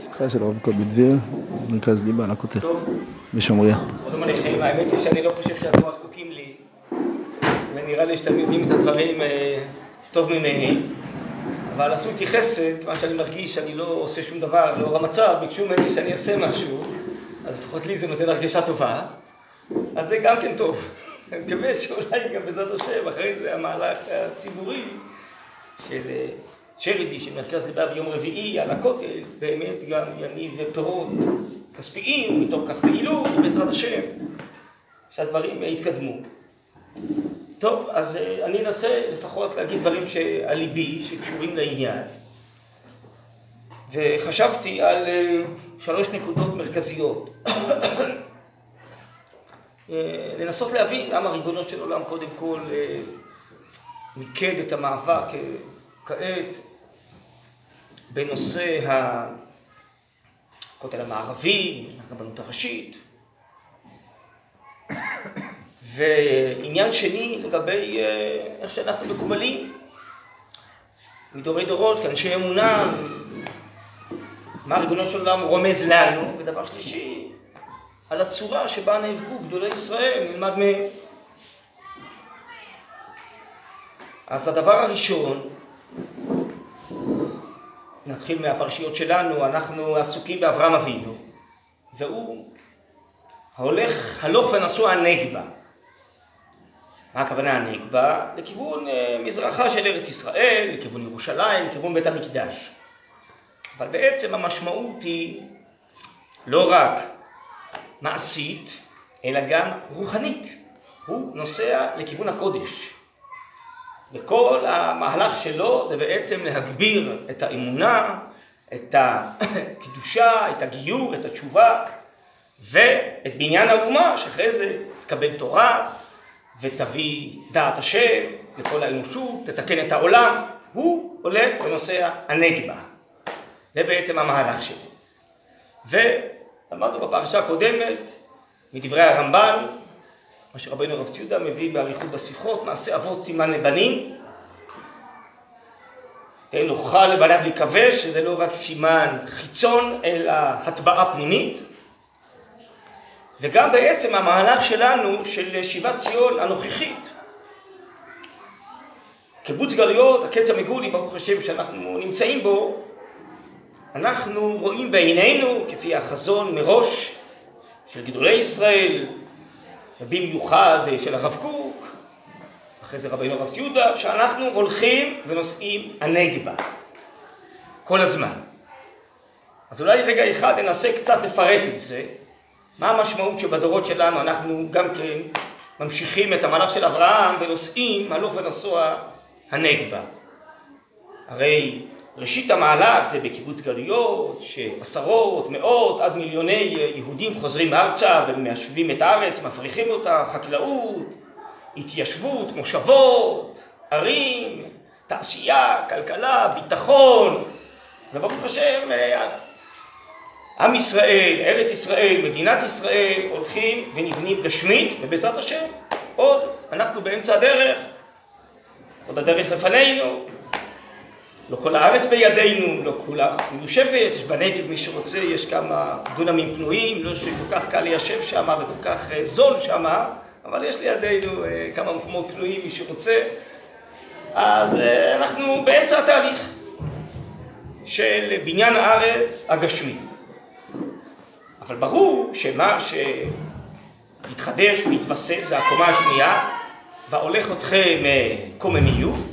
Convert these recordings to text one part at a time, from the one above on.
שיחה של הרב קובי דביר, מרכז ליבה על הכותל. בשומריה. שלום עליכם, האמת היא שאני לא חושב שאתם זקוקים לי, ונראה לי שאתם יודעים את הדברים טוב ממני, אבל עשו איתי חסד, כיוון שאני מרגיש שאני לא עושה שום דבר, לאור המצב, ביקשו ממני שאני אעשה משהו, אז לפחות לי זה נותן הרגשה טובה, אז זה גם כן טוב. אני מקווה שאולי גם בעזרת השם, אחרי זה המהלך הציבורי של צ'ריטי, של מרכז ליבה ביום רביעי על הכותל, באמת גם יניב פירות כספיים, מתוך כך פעילות, בעזרת השם, שהדברים יתקדמו. טוב, אז אני אנסה לפחות להגיד דברים שעל ליבי, שקשורים לעניין. וחשבתי על 3 נקודות מרכזיות. לנסות להבין למה ריבונו של עולם קודם כל מיקד את המאבק כעת בנושא הכותל המערבי, הרבנות הראשית. ועניין שני לגבי איך שאנחנו מקובלים מדורי דורות, כאנשי אמונה, מה ריבונו של עולם רומז לנו, ודבר שלישי, על הצורה שבה נאבקו גדולי ישראל, נלמד מהם. אז הדבר הראשון, נתחיל מהפרשיות שלנו, אנחנו עסוקים באברהם אבינו, והוא הלוך ונסוע הנגבה. מה הכוונה הנגבה? לכיוון מזרחה של ארץ ישראל, לכיוון ירושלים, לכיוון בית המקדש. אבל בעצם המשמעות היא לא רק מעשית, אלא גם רוחנית. הוא נוסע לכיוון הקודש. וכל המהלך שלו זה בעצם להגביר את האמונה, את הקדושה, את הגיור, את התשובה, ואת בניין האומה, שאחרי זה תקבל תורה, ותביא דעת השם לכל האנושות, תתקן את העולם. הוא הולך ונוסע הנגבה. זה בעצם המהלך שלו. ולמדנו בפרשה הקודמת, מדברי הרמב"ן, מה שרבינו הרב ציודה מביא באריכות בשיחות, מעשה אבות סימן לבנים. תן נוכל לבניו להיכבש, שזה לא רק סימן חיצון, אלא הטבעה פנימית. וגם בעצם המהלך שלנו של שיבת ציון הנוכחית. קיבוץ גלויות, הקץ המגולי, ברוך השם שאנחנו נמצאים בו, אנחנו רואים בעינינו, כפי החזון מראש של גדולי ישראל, ובמיוחד של הרב קוק, אחרי זה רבינו הרב ציודה, שאנחנו הולכים ונוסעים הנגבה כל הזמן. אז אולי רגע אחד ננסה קצת לפרט את זה, מה המשמעות שבדורות שלנו אנחנו גם כן ממשיכים את המהלך של אברהם ונוסעים הלוך ונסוע הנגבה. הרי ראשית המהלך זה בקיבוץ גלויות, שעשרות, מאות, עד מיליוני יהודים חוזרים ארצה ומיישבים את הארץ, מפריחים אותה, חקלאות, התיישבות, מושבות, ערים, תעשייה, כלכלה, ביטחון, וברוך השם, עם ישראל, ארץ ישראל, מדינת ישראל, הולכים ונבנים גשמית, ובעזרת השם, עוד אנחנו באמצע הדרך, עוד הדרך לפנינו, לא כל הארץ בידינו, לא כולה מיושבת, יש בנגב מי שרוצה, יש כמה דונמים פנויים, לא שכל כך קל ליישב שם וכל כך זול שם, אבל יש לידינו כמה מקומות פנויים מי שרוצה, אז אנחנו באמצע התהליך של בניין הארץ הגשמי. אבל ברור שמה שהתחדש והתווסף זה הקומה השנייה, והולך אתכם קוממיות,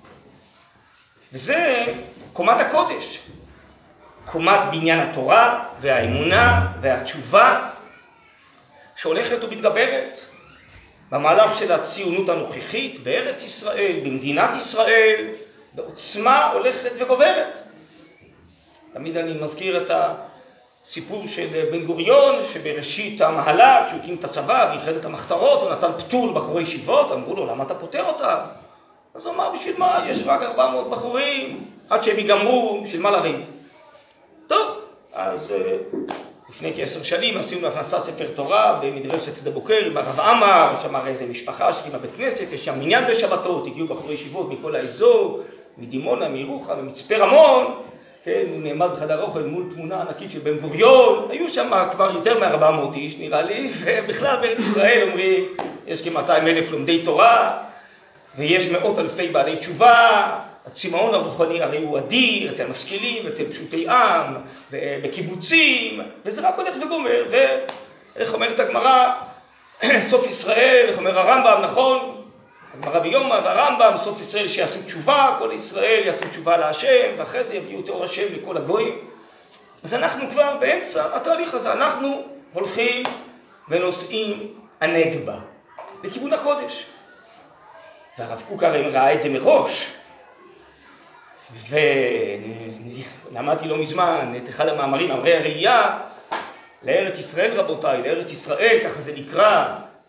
וזה קומת הקודש, קומת בניין התורה והאמונה והתשובה שהולכת ומתגברת במהלך של הציונות הנוכחית בארץ ישראל, במדינת ישראל, בעוצמה הולכת וגוברת. תמיד אני מזכיר את הסיפור של בן גוריון, שבראשית המהלך, שהוא הקים את הצבא ואיחד את המחתרות, הוא נתן פטור לבחורי ישיבות, אמרו לו, למה אתה פוטר אותם? אז הוא אמר, בשביל מה? יש רק 400 בחורים, עד שהם ייגמרו, בשביל מה לריב? טוב, אז לפני כ10 שנים עשינו הכנסת ספר תורה במדרשת שדה בוקר עם הרב עמר, שם הרי איזה משפחה שהקימה בית כנסת, יש שם מניין בשבתות, הגיעו בחורי ישיבות מכל האזור, מדימונה, מירוחם, ממצפה רמון, כן, הוא נעמד בחדר אוכל מול תמונה ענקית של בן גוריון, היו שם כבר יותר מ-400 איש נראה לי, ובכלל בארץ ישראל אומרים, יש כ-200,000 לומדי תורה, ויש מאות אלפי בעלי תשובה, הצמאון הרוחני הרי הוא אדיר, אצל משכילים, אצל פשוטי עם, בקיבוצים, וזה רק הולך וגומר, ואיך אומרת הגמרא, סוף ישראל, איך אומר הרמב"ם, נכון? הגמרא ביומא והרמב"ם, סוף ישראל שיעשו תשובה, כל ישראל יעשו תשובה להשם, ואחרי זה יביאו תאור השם לכל הגויים. אז אנחנו כבר באמצע התהליך הזה, אנחנו הולכים ונוסעים הנגבה, לכיוון הקודש. והרב קוק הרי ראה את זה מראש, ולמדתי לא מזמן את אחד המאמרים, אמרי הראייה, לארץ ישראל רבותיי, לארץ ישראל, ככה זה נקרא.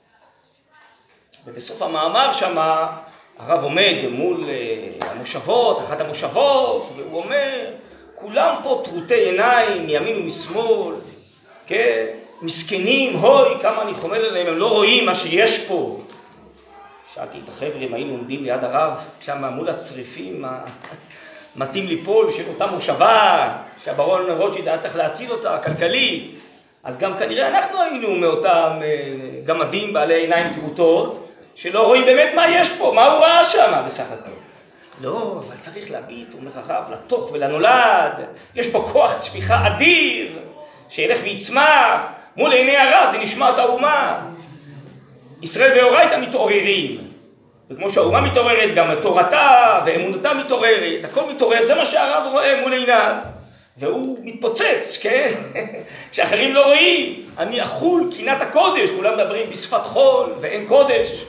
ובסוף המאמר שמה, הרב עומד מול המושבות, אחת המושבות, והוא אומר, כולם פה טרוטי עיניים, מימין ומשמאל, כן? מסכנים, הוי, כמה אני חומל עליהם, הם לא רואים מה שיש פה. שאלתי את החבר'ה, אם היינו עומדים ליד הרב, שם מול הצריפים, מתאים ליפול של אותה מושבה, שהברון רוטשילד היה צריך להציל אותה, כלכלית. אז גם כנראה אנחנו היינו מאותם גמדים בעלי עיניים טרוטות, שלא רואים באמת מה יש פה, מה הוא ראה שם בסך הכל. לא, אבל צריך להביט, אומר הרב, לתוך ולנולד, יש פה כוח צמיחה אדיר, שילך ויצמח, מול עיני הרב, זה נשמע את האומה. ישראל ואורייתא מתעוררים, וכמו שהאומה מתעוררת, גם תורתה ואמונתה מתעוררת, הכל מתעורר, זה מה שהרב רואה מול עיניו. והוא מתפוצץ, כן? כשאחרים לא רואים, אני אכול קינת הקודש, כולם מדברים בשפת חול ואין קודש.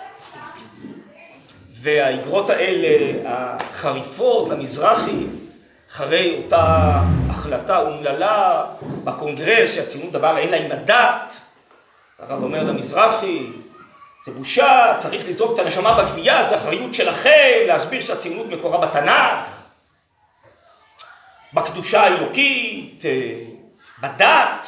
והאגרות האלה, החריפות למזרחי, אחרי אותה החלטה אומללה בקונגרס, שהציונות דבר אין לה עם הדת, הרב אומר למזרחי, זה בושה, צריך לזרוק את הנשמה בגבייה, זה אחריות שלכם, להסביר שהציונות מקורה בתנ"ך, בקדושה האלוקית, בדת,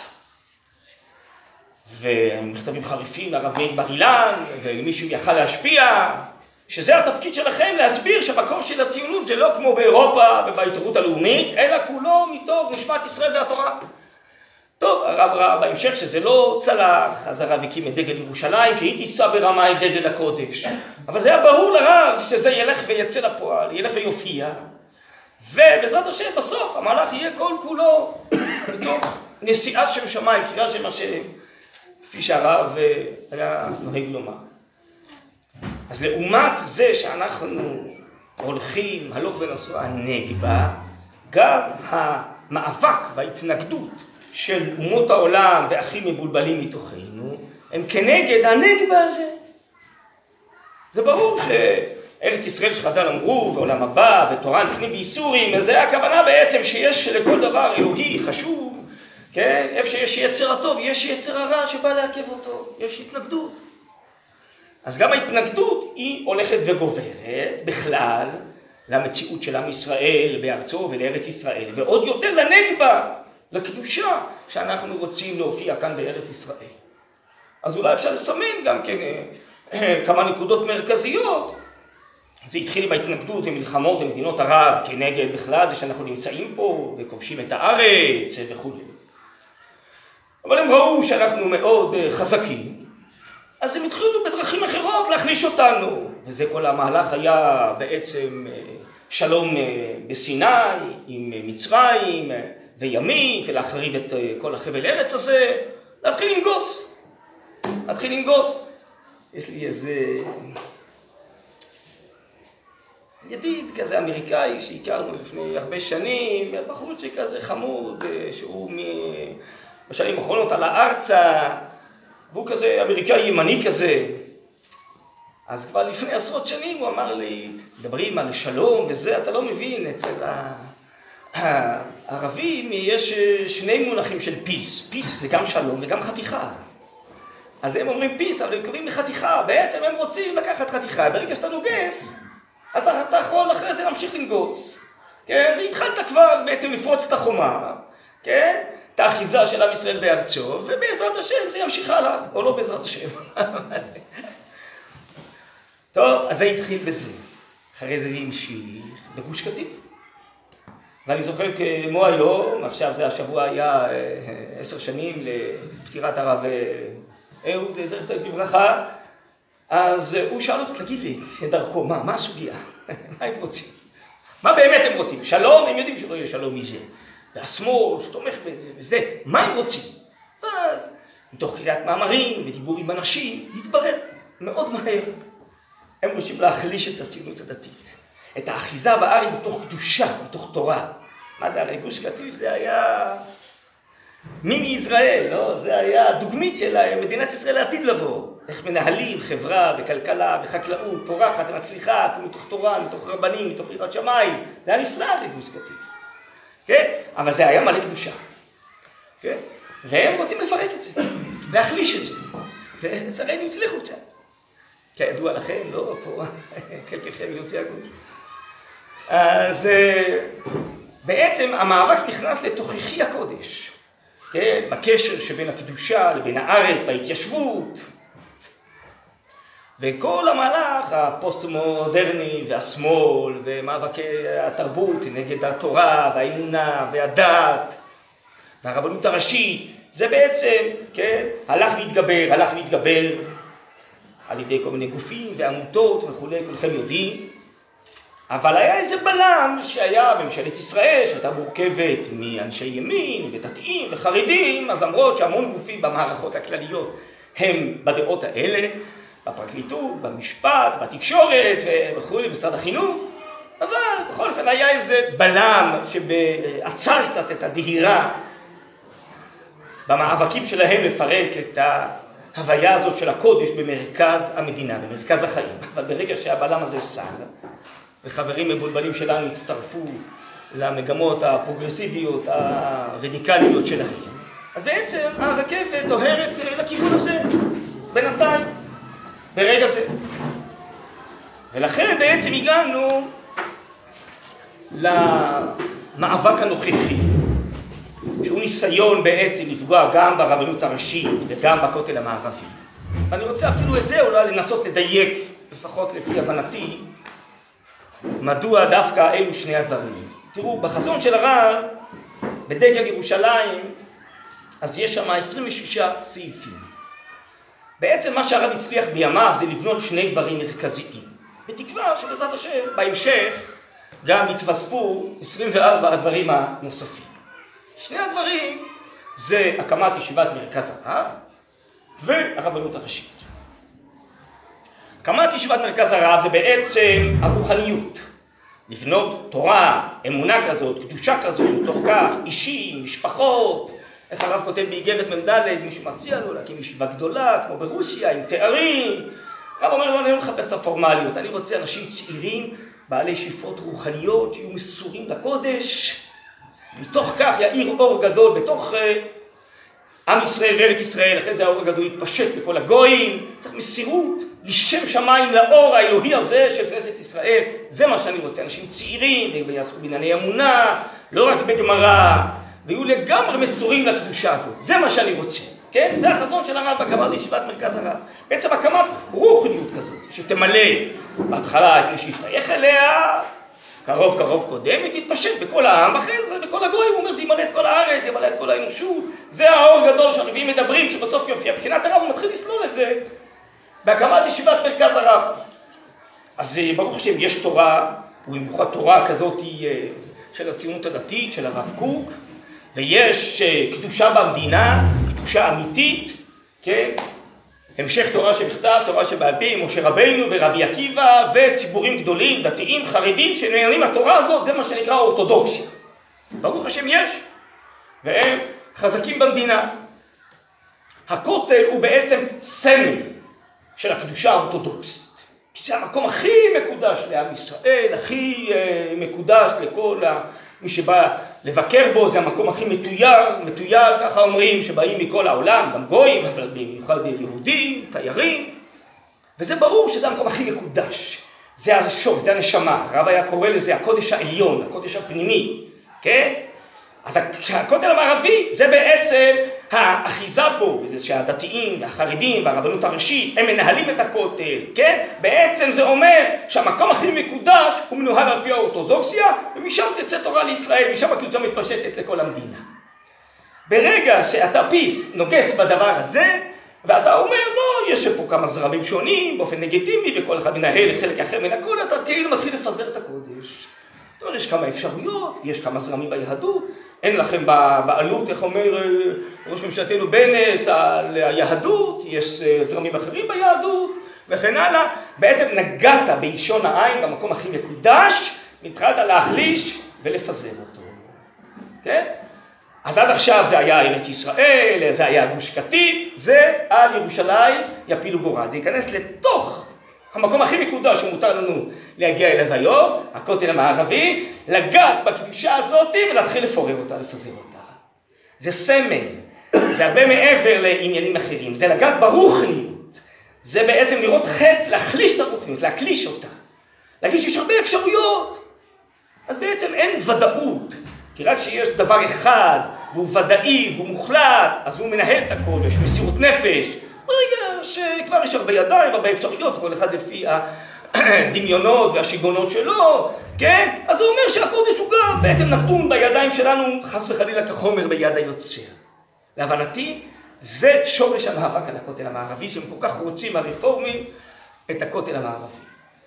ומכתבים חריפים לרב מאיר בר אילן, ולמישהו יכל להשפיע, שזה התפקיד שלכם להסביר שהמקור של הציונות זה לא כמו באירופה ובהתעוררות הלאומית, אלא כולו מתוך נשמת ישראל והתורה. טוב, הרב ראה בהמשך שזה לא צלח, אז הרב הקים את דגל ירושלים, שהיא תישא ברמה את דגל הקודש. אבל זה היה ברור לרב שזה ילך ויצא לפועל, ילך ויופיע. ובעזרת השם בסוף המהלך יהיה כל כולו בתוך נשיאת שם שמיים, קריאת שם השם, כפי שהרב היה נוהג לומר. אז לעומת זה שאנחנו הולכים הלוך ונסוע הנגבה, גם המאבק וההתנגדות של אומות העולם ואחים מבולבלים מתוכנו, הם כנגד הנגבה הזה. זה ברור שארץ ישראל שחז"ל אמרו, ועולם הבא, ותורה נקנים בייסורים, אז זה הכוונה בעצם שיש לכל דבר אלוהי חשוב, כן? איפה שיש יצר הטוב, יש יצר הרע שבא לעכב אותו, יש התנגדות. אז גם ההתנגדות היא הולכת וגוברת בכלל למציאות של עם ישראל בארצו ולארץ ישראל, ועוד יותר לנגבה, לקדושה שאנחנו רוצים להופיע כאן בארץ ישראל. אז אולי אפשר לסמן גם כן כמה נקודות מרכזיות. זה התחיל עם ההתנגדות ומלחמות במדינות ערב כנגד בכלל זה שאנחנו נמצאים פה וכובשים את הארץ וכו'. אבל הם ראו שאנחנו מאוד חזקים, אז הם התחילו בדרכים אחרות להחליש אותנו. וזה כל המהלך היה בעצם שלום בסיני עם מצרים וימית, ולהחריב את כל החבל ארץ הזה, להתחיל לנגוס. יש לי איזה ידיד כזה אמריקאי שהכרנו לפני הרבה שנים, בחורצ'יק כזה חמוד, שהוא בשנים האחרונות עלה ארצה, והוא כזה אמריקאי ימני כזה. אז כבר לפני עשרות שנים הוא אמר לי, מדברים על שלום וזה, אתה לא מבין, אצל הערבים יש שני מונחים של פיס. פיס זה גם שלום וגם חתיכה. אז הם אומרים פיס, אבל הם קוראים לחתיכה. בעצם הם רוצים לקחת חתיכה. ברגע שאתה נוגס, אז אתה יכול אחרי זה להמשיך לנגוס. כן? והתחלת כבר בעצם לפרוץ את החומה. כן? את האחיזה של עם ישראל בארצו, ובעזרת השם זה ימשיך הלאה. או לא בעזרת השם. טוב, אז זה התחיל בזה. אחרי זה המשיך בגוש קטיף. ואני זוכר כמו היום, עכשיו זה השבוע היה 10 שנים לפטירת הרב אהוד, זכר צדיק לברכה, אז הוא שאל אותי, תגיד לי, דרכו, מה הסוגיה? מה הם רוצים? מה באמת הם רוצים? שלום, הם יודעים שלא יהיה שלום מזה. והשמאל שתומך בזה וזה, מה הם רוצים? אז מתוך קריאת מאמרים ודיבור עם אנשים, יתברר מאוד מהר. הם רוצים להחליש את הציונות הדתית. את האחיזה בארץ בתוך קדושה, בתוך תורה. מה זה הרי גוש קטיף? זה היה מיני ישראל, לא? זה היה דוגמית של מדינת ישראל לעתיד לבוא. איך מנהלים חברה וכלכלה וחקלאות פורחת ומצליחה, מתוך תורה, מתוך רבנים, מתוך יראת שמיים. זה היה נפלא לגוש קטיף. כן? אבל זה היה מלא קדושה. כן? והם רוצים לפרק את זה, להחליש את זה. ולצערנו הצליחו קצת. כידוע לכם, לא פה, חלקכם יוצא הגוש. אז בעצם המאבק נכנס לתוככי הקודש. כן? בקשר שבין הקדושה לבין הארץ וההתיישבות. וכל המהלך הפוסט-מודרני והשמאל ומאבקי התרבות נגד התורה והאמונה והדת והרבנות הראשית, זה בעצם, כן, הלך והתגבר על ידי כל מיני גופים ועמותות וכולי, כולכם יודעים. אבל היה איזה בלם שהיה בממשלת ישראל, שהייתה מורכבת מאנשי ימין ודתיים וחרדים, אז למרות שהמון גופים במערכות הכלליות הם בדעות האלה, בפרקליטות, במשפט, בתקשורת וכולי, במשרד החינוך, אבל בכל אופן היה איזה בלם שעצר קצת את הדהירה במאבקים שלהם לפרק את ההוויה הזאת של הקודש במרכז המדינה, במרכז החיים. אבל ברגע שהבלם הזה סל, וחברים מבולבלים שלנו הצטרפו למגמות הפרוגרסיביות, הרדיקליות שלהם, אז בעצם הרכבת דוהרת לכיוון הזה, בינתיים, ברגע זה. ולכן בעצם הגענו למאבק הנוכחי, שהוא ניסיון בעצם לפגוע גם ברבנות הראשית וגם בכותל המערבי. ואני רוצה אפילו את זה אולי לנסות לדייק, לפחות לפי הבנתי, מדוע דווקא אלו שני הדברים. תראו, בחזון של הרב, בדגל ירושלים, אז יש שם 26 סעיפים. בעצם מה שהרב הצליח בימיו זה לבנות שני דברים מרכזיים. בתקווה שבעזרת השם, בהמשך, גם יתווספו 24 הדברים הנוספים. שני הדברים זה הקמת ישיבת מרכז הרב והרבנות הראשית. הקמת ישיבת מרכז הרב זה בעצם הרוחניות. לבנות תורה, אמונה כזאת, קדושה כזאת, מתוך כך, אישים, משפחות. איך הרב כותב באיגרת מ"ד, מישהו מציע לו להקים ישיבה גדולה, כמו ברוסיה, עם תארים. הרב אומר לו, אני לא מחפש את הפורמליות, אני רוצה אנשים צעירים, בעלי שאיפות רוחניות, שיהיו מסורים לקודש. מתוך כך יאיר אור גדול בתוך עם ישראל וארץ ישראל, אחרי זה האור הגדול יתפשט בכל הגויים. צריך מסירות, לשם שמיים לאור האלוהי הזה של כנסת ישראל. זה מה שאני רוצה, אנשים צעירים, ויעסקו בענייני אמונה, לא רק בגמרא, ויהיו לגמרי מסורים לקדושה הזאת. זה מה שאני רוצה, כן? זה החזון של הרב בהקמת ישיבת מרכז הרב. בעצם הקמת רוחניות כזאת, שתמלא בהתחלה את מי שישתייך אליה, קרוב קודם, היא תתפשט בכל העם, אחרי זה בכל הגויים, הוא אומר, זה ימלא את כל הארץ, זה ימלא את כל האנושות. זה האור גדול שהנביאים מדברים, שבסוף יופיע. מבחינת הרב הוא מתחיל לסלול את זה בהקמת ישיבת מרכז הרב. אז ברוך השם, יש תורה, ובמיוחד תורה כזאת של הציונות הדתית, של הרב קוק, ויש קדושה במדינה, קדושה אמיתית, כן? המשך תורה שבכתב, תורה שבעל פה, משה רבינו ורבי עקיבא וציבורים גדולים, דתיים, חרדים שנהנים מהתורה הזאת, זה מה שנקרא אורתודוקסיה. ברוך השם יש, והם חזקים במדינה. הכותל הוא בעצם סמל של הקדושה האורתודוקסית. כי זה המקום הכי מקודש לעם ישראל, הכי מקודש לכל מי שבא לבקר בו, זה המקום הכי מתויר, ככה אומרים, שבאים מכל העולם, גם גויים, אבל במיוחד יהודים, תיירים, וזה ברור שזה המקום הכי מקודש. זה השור, זה הנשמה, הרב היה קורא לזה הקודש העליון, הקודש הפנימי, כן? אז הכותל המערבי זה בעצם האחיזה בו, וזה שהדתיים והחרדים והרבנות הראשית הם מנהלים את הכותל, כן? בעצם זה אומר שהמקום הכי מקודש הוא מנוהל על פי האורתודוקסיה, ומשם תצא תורה לישראל, משם הקדושה מתפשטת לכל המדינה. ברגע שאתה פיס נוגס בדבר הזה, ואתה אומר, לא, יש פה כמה זרמים שונים, באופן לגיטימי, וכל אחד מנהל חלק אחר מן הכל, אתה כאילו מתחיל לפזר את הקודש. זאת אומרת, יש כמה אפשרויות, יש כמה זרמים ביהדות, אין לכם בעלות, איך אומר ראש ממשלתנו בנט, על היהדות, יש זרמים אחרים ביהדות, וכן הלאה. בעצם נגעת באישון העין במקום הכי מקודש, התחלת להחליש ולפזר אותו. כן? אז עד עכשיו זה היה ארץ ישראל, זה היה גוש קטיף, זה על ירושלים יפילו גורל. זה ייכנס לתוך המקום הכי מקודש שמותר לנו להגיע אליו היום, הכותל המערבי, לגעת בקדושה הזאת ולהתחיל לפורר אותה, לפזר אותה. זה סמל, זה הרבה מעבר לעניינים אחרים, זה לגעת ברוחניות, זה בעצם לראות חץ, להחליש את הרוחניות, להקליש אותה, להגיד שיש הרבה אפשרויות, אז בעצם אין ודאות. כי רק שיש דבר אחד, והוא ודאי, והוא מוחלט, אז הוא מנהל את הקודש, מסירות נפש. ברגע שכבר יש הרבה ידיים, הרבה אפשרויות, כל אחד לפי הדמיונות והשיגונות שלו, כן? אז זה אומר שהקודש הוא גם בעצם נתון בידיים שלנו, חס וחלילה כחומר ביד היוצר. להבנתי, זה שורש המאבק על הכותל המערבי, שהם כל כך רוצים הרפורמים את הכותל המערבי.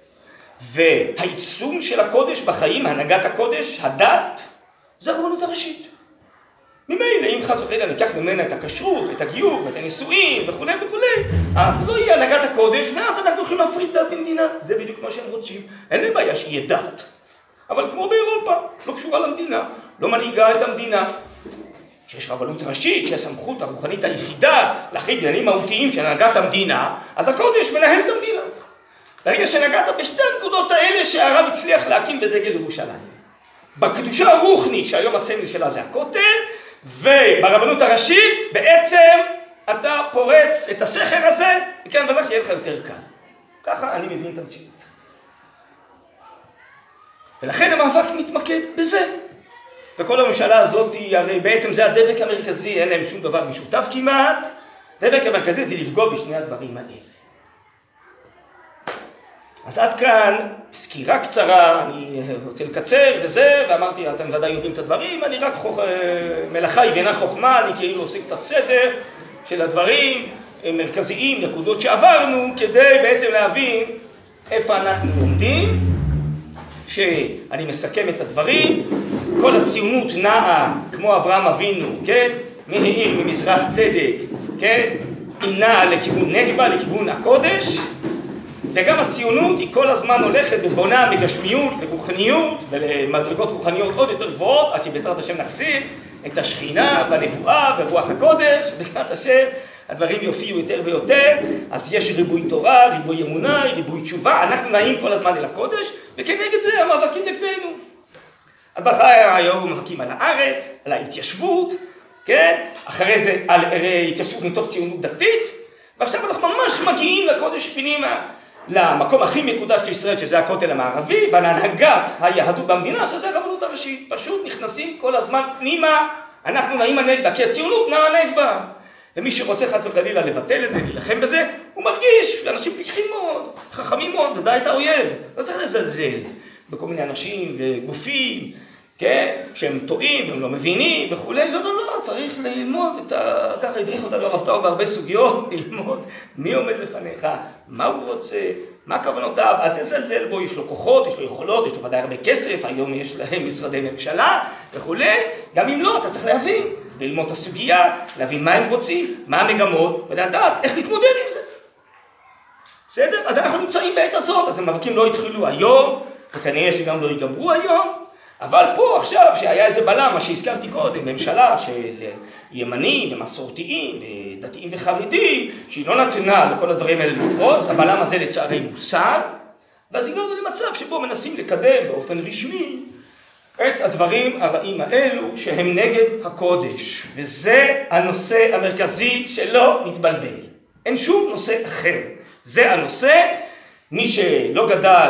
והיישום של הקודש בחיים, הנהגת הקודש, הדת, זה הרבנות הראשית. ממילא, אם חס וחלילה ניקח ממנה את הכשרות, את הגיור, ואת הנישואים וכו' וכו', אז לא יהיה הנהגת הקודש, ואז אנחנו יכולים להפריד דת במדינה. זה בדיוק מה שהם רוצים. אין לי בעיה שיהיה דת. אבל כמו באירופה, לא קשורה למדינה, לא מנהיגה את המדינה. כשיש רבנות ראשית, שהסמכות הרוחנית היחידה להחליט בעניינים מהותיים של הנהגת המדינה, אז הקודש מנהל את המדינה. ברגע שנגעת בשתי הנקודות האלה שהרב הצליח להקים בדגל ירושלים. בקדושה הרוחני, שהיום הסמל שלה זה הכותל, וברבנות הראשית, בעצם אתה פורץ את הסכר הזה, וכאן ודאי שיהיה לך יותר קל. ככה אני מבין את המציאות. ולכן המאבק מתמקד בזה. וכל הממשלה הזאת, הרי בעצם זה הדבק המרכזי, אין להם שום דבר משותף כמעט. הדבק המרכזי זה לפגוע בשני הדברים האלה. אז עד כאן, סקירה קצרה, אני רוצה לקצר וזה, ואמרתי, אתם ודאי יודעים את הדברים, אני רק מלאכה היא ואינה חוכמה, אני כאילו עושה קצת סדר של הדברים מרכזיים, נקודות שעברנו, כדי בעצם להבין איפה אנחנו עומדים, שאני מסכם את הדברים, כל הציונות נעה כמו אברהם אבינו, כן? מהעיר ממזרח צדק, כן? היא נעה לכיוון נגבה, לכיוון הקודש, וגם הציונות היא כל הזמן הולכת ובונה מגשמיות לרוחניות ולמדרגות רוחניות עוד יותר גבוהות, עד שבעזרת השם נחזיר את השכינה והנבואה ורוח הקודש, בעזרת השם הדברים יופיעו יותר ויותר, אז יש ריבוי תורה, ריבוי אמונה, ריבוי תשובה, אנחנו נעים כל הזמן אל הקודש, וכנגד זה המאבקים נגדנו. אז בהתחלה היו מאבקים על הארץ, על ההתיישבות, כן? אחרי זה על התיישבות מתוך ציונות דתית, ועכשיו אנחנו ממש מגיעים לקודש פנימה. למקום הכי מקודש לישראל, שזה הכותל המערבי, ולהנהגת היהדות במדינה, שזה הרבנות הראשית. פשוט נכנסים כל הזמן פנימה, אנחנו נעים הנגבה, כי הציונות נעה הנגבה. ומי שרוצה חס וחלילה לבטל את זה, להילחם בזה, הוא מרגיש, ואנשים פיקחים מאוד, חכמים מאוד, ודאי את האויב. לא צריך לזלזל בכל מיני אנשים וגופים, כן? שהם טועים והם לא מבינים וכולי. לא, צריך ללמוד את ככה הדריך אותנו הרב טאו בהרבה סוגיות, ללמוד מי עומד לפניך, מה הוא רוצה, מה כוונותיו, אל תזלזל בו, יש לו כוחות, יש לו יכולות, יש לו ודאי הרבה כסף, היום יש להם משרדי ממשלה וכולי. גם אם לא, אתה צריך להבין וללמוד את הסוגיה, להבין מה הם רוצים, מה המגמות, ולדעת איך להתמודד עם זה. בסדר? אז אנחנו נמצאים בעת הזאת, אז המאבקים לא התחילו היום, וכנראה שגם לא ייגמרו היום. אבל פה עכשיו שהיה איזה בלם, מה שהזכרתי קודם, ממשלה של ימנים ומסורתיים ודתיים וחרדים, שהיא לא נתנה לכל הדברים האלה לפרוץ, הבלם הזה לצערי מוסר, ואז הגענו למצב שבו מנסים לקדם באופן רשמי את הדברים הרעים האלו שהם נגד הקודש. וזה הנושא המרכזי שלא נתבלבל. אין שום נושא אחר. זה הנושא, מי שלא גדל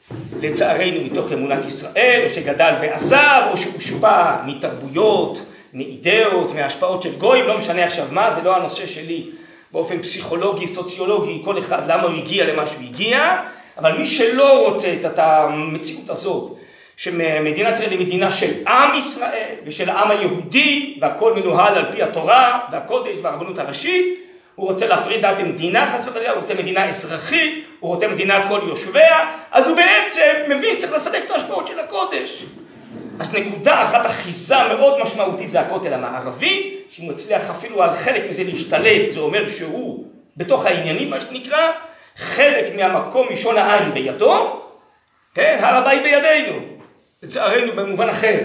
לצערנו מתוך אמונת ישראל, או שגדל ועזב, או שהושפע מתרבויות מאידאות, מההשפעות של גויים, לא משנה עכשיו מה, זה לא הנושא שלי באופן פסיכולוגי, סוציולוגי, כל אחד למה הוא הגיע למה שהוא הגיע, אבל מי שלא רוצה את המציאות הזאת, שמדינת ישראל היא מדינה של עם ישראל ושל העם היהודי, והכל מנוהל על פי התורה והקודש והרבנות הראשית, הוא רוצה להפריד דת במדינה חס וחלילה, הוא רוצה מדינה אזרחית, הוא רוצה מדינת כל יושביה, אז הוא בעצם מבין, צריך לסלק את ההשפעות של הקודש. אז נקודה אחת אחיזה מאוד משמעותית זה הכותל המערבי, שאם הוא הצליח אפילו על חלק מזה להשתלט, זה אומר שהוא בתוך העניינים, מה שנקרא, חלק מהמקום ראשון העין בידו, כן, הר הבית בידינו, לצערנו במובן אחר.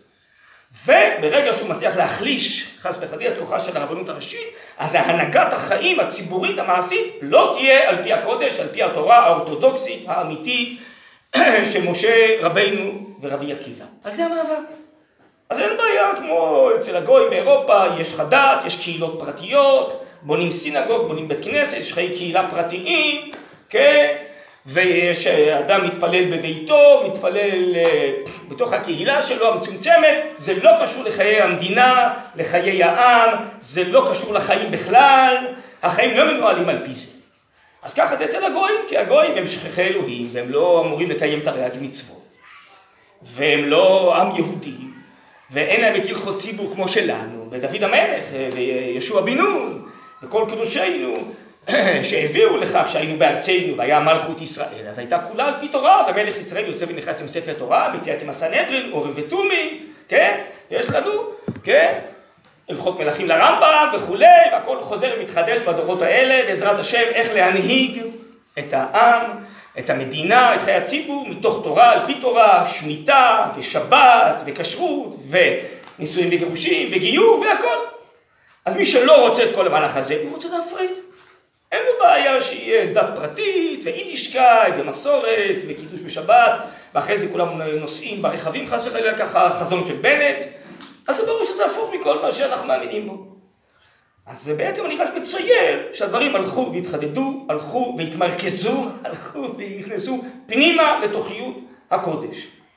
וברגע שהוא מצליח להחליש, חס וחלילה, את כוחה של הרבנות הראשית, אז ההנהגת החיים הציבורית המעשית לא תהיה על פי הקודש, על פי התורה האורתודוקסית האמיתית של משה רבינו ורבי עקיבא. על זה המאבק. אז אין בעיה, כמו אצל הגויים באירופה, יש חדת, יש קהילות פרטיות, בונים סינגוג, בונים בית כנסת, יש חיי קהילה פרטיים, כן? ויש אדם מתפלל בביתו, מתפלל בתוך הקהילה שלו המצומצמת, זה לא קשור לחיי המדינה, לחיי העם, זה לא קשור לחיים בכלל, החיים לא מנוהלים על פי זה. אז ככה זה אצל הגויים, כי הגויים הם שכחי אלוהים, והם לא אמורים לקיים תרי"ג מצוות, והם לא עם יהודי, ואין להם את הלכות ציבור כמו שלנו, ודוד המלך, וישוע בן נון, וכל קדושינו, שהביאו לכך שהיינו בארצנו והיה מלכות ישראל, אז הייתה כולה על פי תורה, ומלך ישראל יוסף ונכנס עם ספר תורה, מתייעץ עם הסנהדרין, אורים ותומים, כן? ויש לנו, כן? הלכות מלכים לרמב"ם וכולי, והכל חוזר ומתחדש בדורות האלה, בעזרת השם, איך להנהיג את העם, את המדינה, את חיי הציבור, מתוך תורה על פי תורה, שמיטה ושבת וכשרות ונישואים וגירושים וגיור והכל. אז מי שלא רוצה את כל המהלך הזה, הוא רוצה להפריד. אין לו בעיה שיהיה דת פרטית ויידישקייט ומסורת וקידוש בשבת, ואחרי זה כולם נוסעים ברכבים חס וחלילה, ככה חזון של בנט, אז זה ברור שזה הפוך מכל מה שאנחנו מאמינים בו. אז בעצם אני רק מצייר שהדברים הלכו והתחדדו, הלכו והתמרכזו, הלכו ונכנסו פנימה לתוכיות הקודש.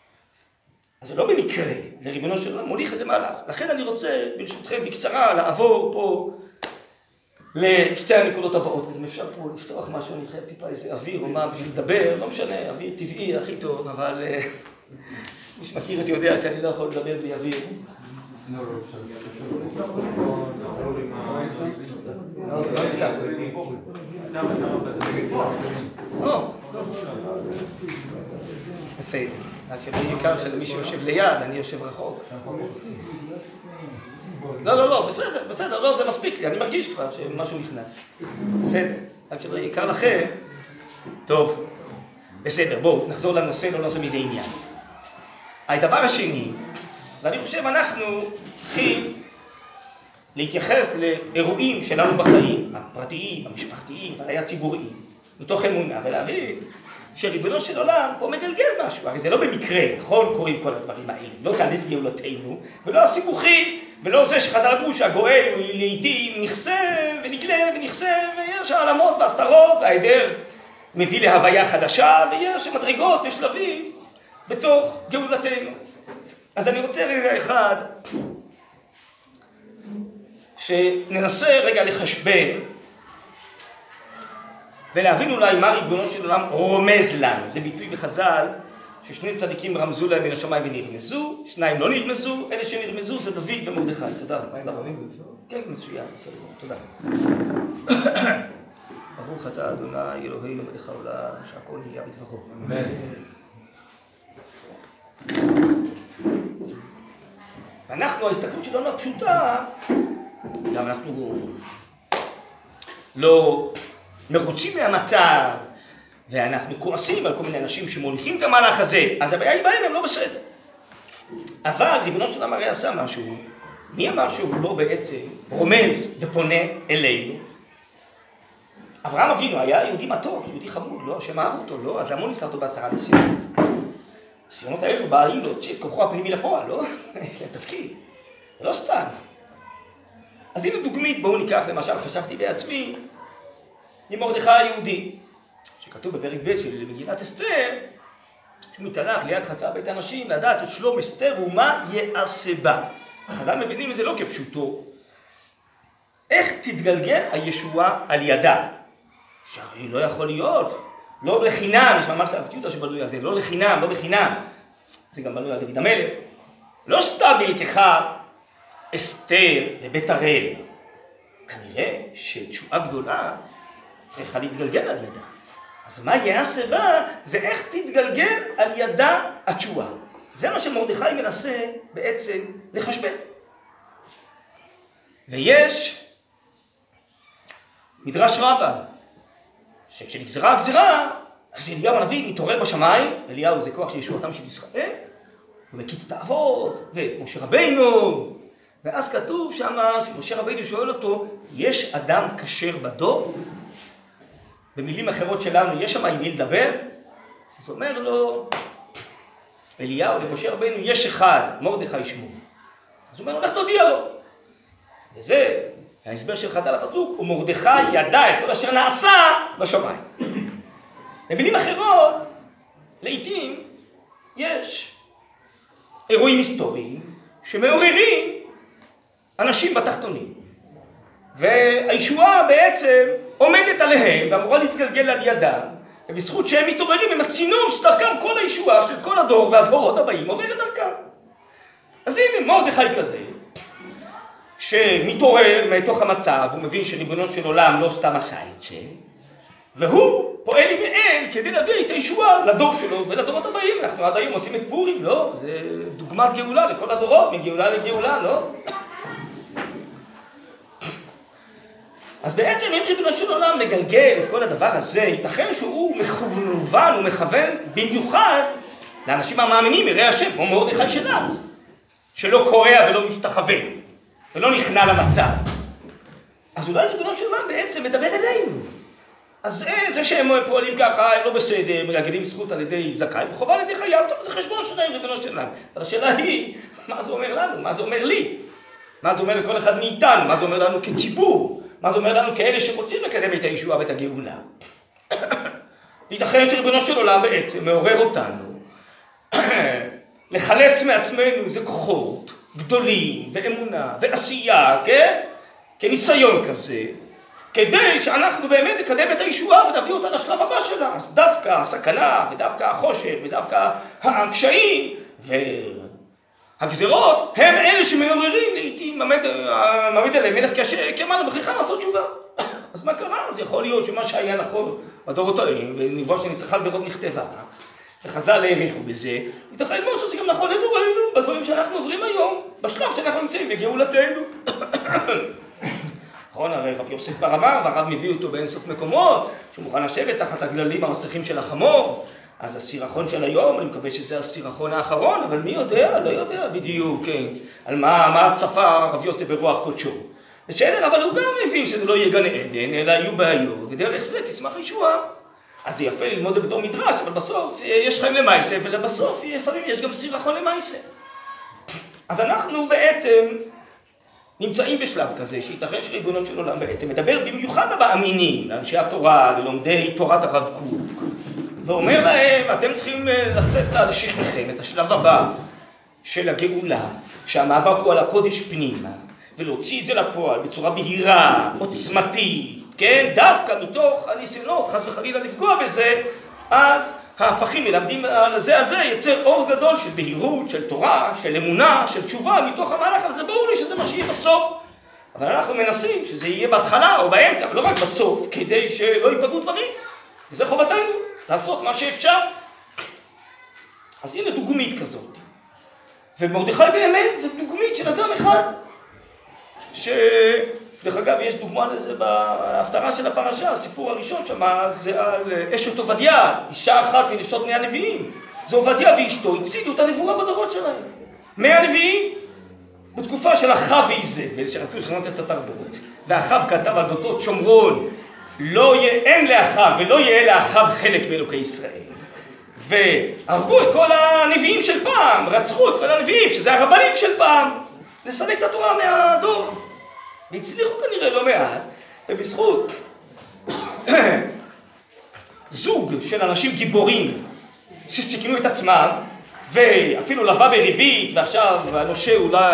אז זה לא במקרה, זה ריבונו של עולם מוליך איזה מהלך. לכן אני רוצה ברשותכם בקצרה לעבור פה לשתי הנקודות הבאות. אם אפשר פה לפתוח משהו, אני חייב טיפה איזה אוויר או מה בשביל לדבר, לא משנה, אוויר טבעי הכי טוב, אבל מי שמכיר אותי יודע שאני לא יכול לדבר בלי אוויר. לא נפתח. בסדר, רק שבעיקר שלמי שיושב ליד, אני יושב רחוק. לא, בסדר, לא, זה מספיק לי, אני מרגיש כבר שמשהו נכנס. בסדר, רק שבעיקר לכם, טוב, בסדר, בואו נחזור לנושא, לא נעשה מזה עניין. הדבר השני, ואני חושב אנחנו צריכים להתייחס לאירועים שלנו בחיים, הפרטיים, המשפחתיים, וההיה ציבוריים, מתוך אמונה, ולהבין שריבונו של עולם פה מגלגל משהו. הרי זה לא במקרה, נכון? קוראים כל הדברים האלה, לא תהליך גאולתנו, ולא הסיבוכים, ולא זה שחז"ל אמרו שהגואל הוא לעתים נכסה ונגלה ונכסה, ויש העלמות והסתרות, וההיעדר מביא להוויה חדשה, ויש מדרגות ושלבים בתוך גאולתנו. אז אני רוצה רגע אחד שננסה רגע לחשבן ולהבין אולי מה ריבונו של עולם רומז לנו. זה ביטוי בחז"ל ששני צדיקים רמזו להם מן השמיים ונרמזו, שניים לא נרמזו, אלה שנרמזו זה דוד ומרדכי. תודה. כן, מצוין, תודה. ברוך אתה אדוני אלוהינו מלך העולם שהכל נהיה בדברו. אמן. אנחנו, ההסתכלות שלנו הפשוטה, גם אנחנו לא מרוצים מהמצב, ואנחנו כועסים על כל מיני אנשים שמוליכים את המהלך הזה, אז הבעיה היא בהם, הם לא בסדר. אבל ריבונו של עולם הרי עשה משהו, מי אמר שהוא לא בעצם רומז ופונה אלינו? אברהם אבינו היה יהודי מתוק, יהודי חמוד, לא? השם אהב אותו, לא? אז למה הוא ניסה אותו ב10 ניסיונות? הניסיונות האלו באים להוציא את כוחו הפנימי לפועל, לא? יש להם תפקיד, זה לא סתם. אז הנה דוגמית, בואו ניקח למשל, חשבתי בעצמי, עם מרדכי היהודי, שכתוב בפרק ב' של מגילת אסתר, שהוא מתהלך ליד חצר בית הנשים, לדעת את שלום אסתר ומה יעשה בה. חז"ל מבינים את זה לא כפשוטו. איך תתגלגל הישועה על ידה? שהרי לא יכול להיות. לא לחינם, יש ממש אהבתי אותה שבנוי על זה, לא לחינם, לא בחינם. זה גם בנוי על דוד המלך. לא סתם נלקחה אסתר לבית הראל. כנראה שתשועה גדולה צריכה להתגלגל על ידה. אז מה יעשה בה? זה איך תתגלגל על ידה התשועה. זה מה שמרדכי מנסה בעצם לחשבן. ויש מדרש רבה, שכשנגזרה הגזרה, אז אליהו הנביא מתעורר בשמיים, אליהו זה כוח ישועתם של ישראל, הוא מקיץ את האבות, ומשה רבינו, ואז כתוב שם, שמשה רבינו שואל אותו, יש אדם כשר בדור? במילים אחרות שלנו, יש שם עם מי לדבר? אז אומר לו, אליהו למשה רבינו, יש אחד, מרדכי שמו. אז הוא אומר, לך תודיע לו. וזה, ההסבר של חז"ל הפסוק, ומרדכי ידע את כל אשר נעשה בשמיים. במילים אחרות, לעתים יש אירועים היסטוריים שמעוררים אנשים בתחתונים. והישועה בעצם עומדת עליהם ואמורה להתגלגל על ידם, ובזכות שהם מתעוררים הם הצינור שדרכם כל הישועה של כל הדור והדורות הבאים עוברת דרכם. אז הנה מרדכי כזה, שמתעורר מתוך המצב, הוא מבין שריבונו של עולם לא סתם עשה את זה, והוא פועל עם מאל כדי להביא את הישועה לדור שלו ולדורות הבאים. אנחנו עד היום עושים את פורים, לא? זה דוגמת גאולה לכל הדורות, מגאולה לגאולה, לא? אז בעצם אם ריבונו של עולם מגלגל את כל הדבר הזה, ייתכן שהוא מכוון, הוא מכוון במיוחד לאנשים המאמינים, יראי השם, כמו מרדכי של אז, שלא קורע ולא משתחווה, ולא נכנע למצב. אז אולי ריבונו של עולם בעצם מדבר אלינו. אז זה שהם פועלים ככה, הם לא בסדר, מגלגלים זכות על ידי זכאי, וחובה על ידי חייו, טוב, זה חשבון שלהם, ריבונו של עולם. אבל השאלה היא, מה זה אומר לנו? מה זה אומר לי? מה זה אומר לכל אחד מאיתנו? מה זה אומר לנו כציבור? מה זה אומר לנו כאלה שרוצים לקדם את הישועה ואת הגאולה? ייתכן שריבונו של עולם בעצם מעורר אותנו לחלץ מעצמנו איזה כוחות גדולים ואמונה ועשייה, כן? כניסיון כזה, כדי שאנחנו באמת נקדם את הישועה ונביא אותה לשלב הבא שלה. אז דווקא הסכנה ודווקא החושך ודווקא הקשיים והגזרות הם אלה שמעוררים לעתים מעמיד עליהם מלך קשה כמעלה בכריכה לעשות תשובה. אז מה קרה? אז יכול להיות שמה שהיה נכון בדורות ההם ונבואה שנצחה לדורות נכתבה וחז"ל העריכו בזה, ייתכן מאוד שזה גם נכון לדורנו בדברים שאנחנו עוברים היום בשלב שאנחנו נמצאים בגאולתנו. נכון, הרי רב יוסף כבר אמר, והרב מביא אותו באינסוף מקומות, שהוא מוכן לשבת תחת הגללים המסכים של החמור. אז הסירחון של היום, אני מקווה שזה הסירחון האחרון, אבל מי יודע? לא יודע בדיוק, כן, על מה צפה רב יוסף ברוח קודשו. בסדר, אבל הוא גם מבין שזה לא יהיה גן עדן, אלא יהיו בעיות, ודרך זה תצמח ישועה. אז זה יפה ללמוד את זה בתור מדרש, אבל בסוף יש חיים למעשה, ולבסוף לפעמים יש גם סירחון למעשה. אז אנחנו בעצם נמצאים בשלב כזה, שייתכן שריבונו של עולם בעצם מדבר במיוחד למאמינים, לאנשי התורה, ללומדי תורת הרב קוק, ואומר להם, אתם צריכים לשאת על שכמכם את השלב הבא של הגאולה, שהמאבק הוא על הקודש פנימה, ולהוציא את זה לפועל בצורה בהירה, עוצמתית, כן? דווקא מתוך הניסיונות, חס וחלילה לפגוע בזה, אז ההפכים מלמדים על זה יצר אור גדול של בהירות, של תורה, של אמונה, של תשובה מתוך המהלך הזה. ברור לי שזה מה שיהיה בסוף. אבל אנחנו מנסים שזה יהיה בהתחלה או באמצע, אבל לא רק בסוף, כדי שלא ייפגעו דברים. וזה חובתנו, לעשות מה שאפשר. אז הנה דוגמית כזאת. ומרדכי באמת זה דוגמית של אדם אחד. דרך אגב, יש דוגמה לזה בהפטרה של הפרשה, הסיפור הראשון שם זה על אשת עובדיה, אישה אחת מנשות 100 נביאים. זה עובדיה ואשתו, הצידו את הנבואה בדורות שלהם. 100 נביאים בתקופה של אחאב ואיזבל, שרצו לשנות את התרבות. ואחאב כתב על דתות שומרון, אין לאחאב ולא יהיה לאחאב חלק באלוקי ישראל. והרגו את כל הנביאים של פעם, רצחו את כל הנביאים, שזה הרבנים של פעם, לסלק את התורה מהדור. והצליחו כנראה לא מעט, ובזכות זוג של אנשים גיבורים שסיכנו את עצמם, ואפילו לווה בריבית, ועכשיו הנושה אולי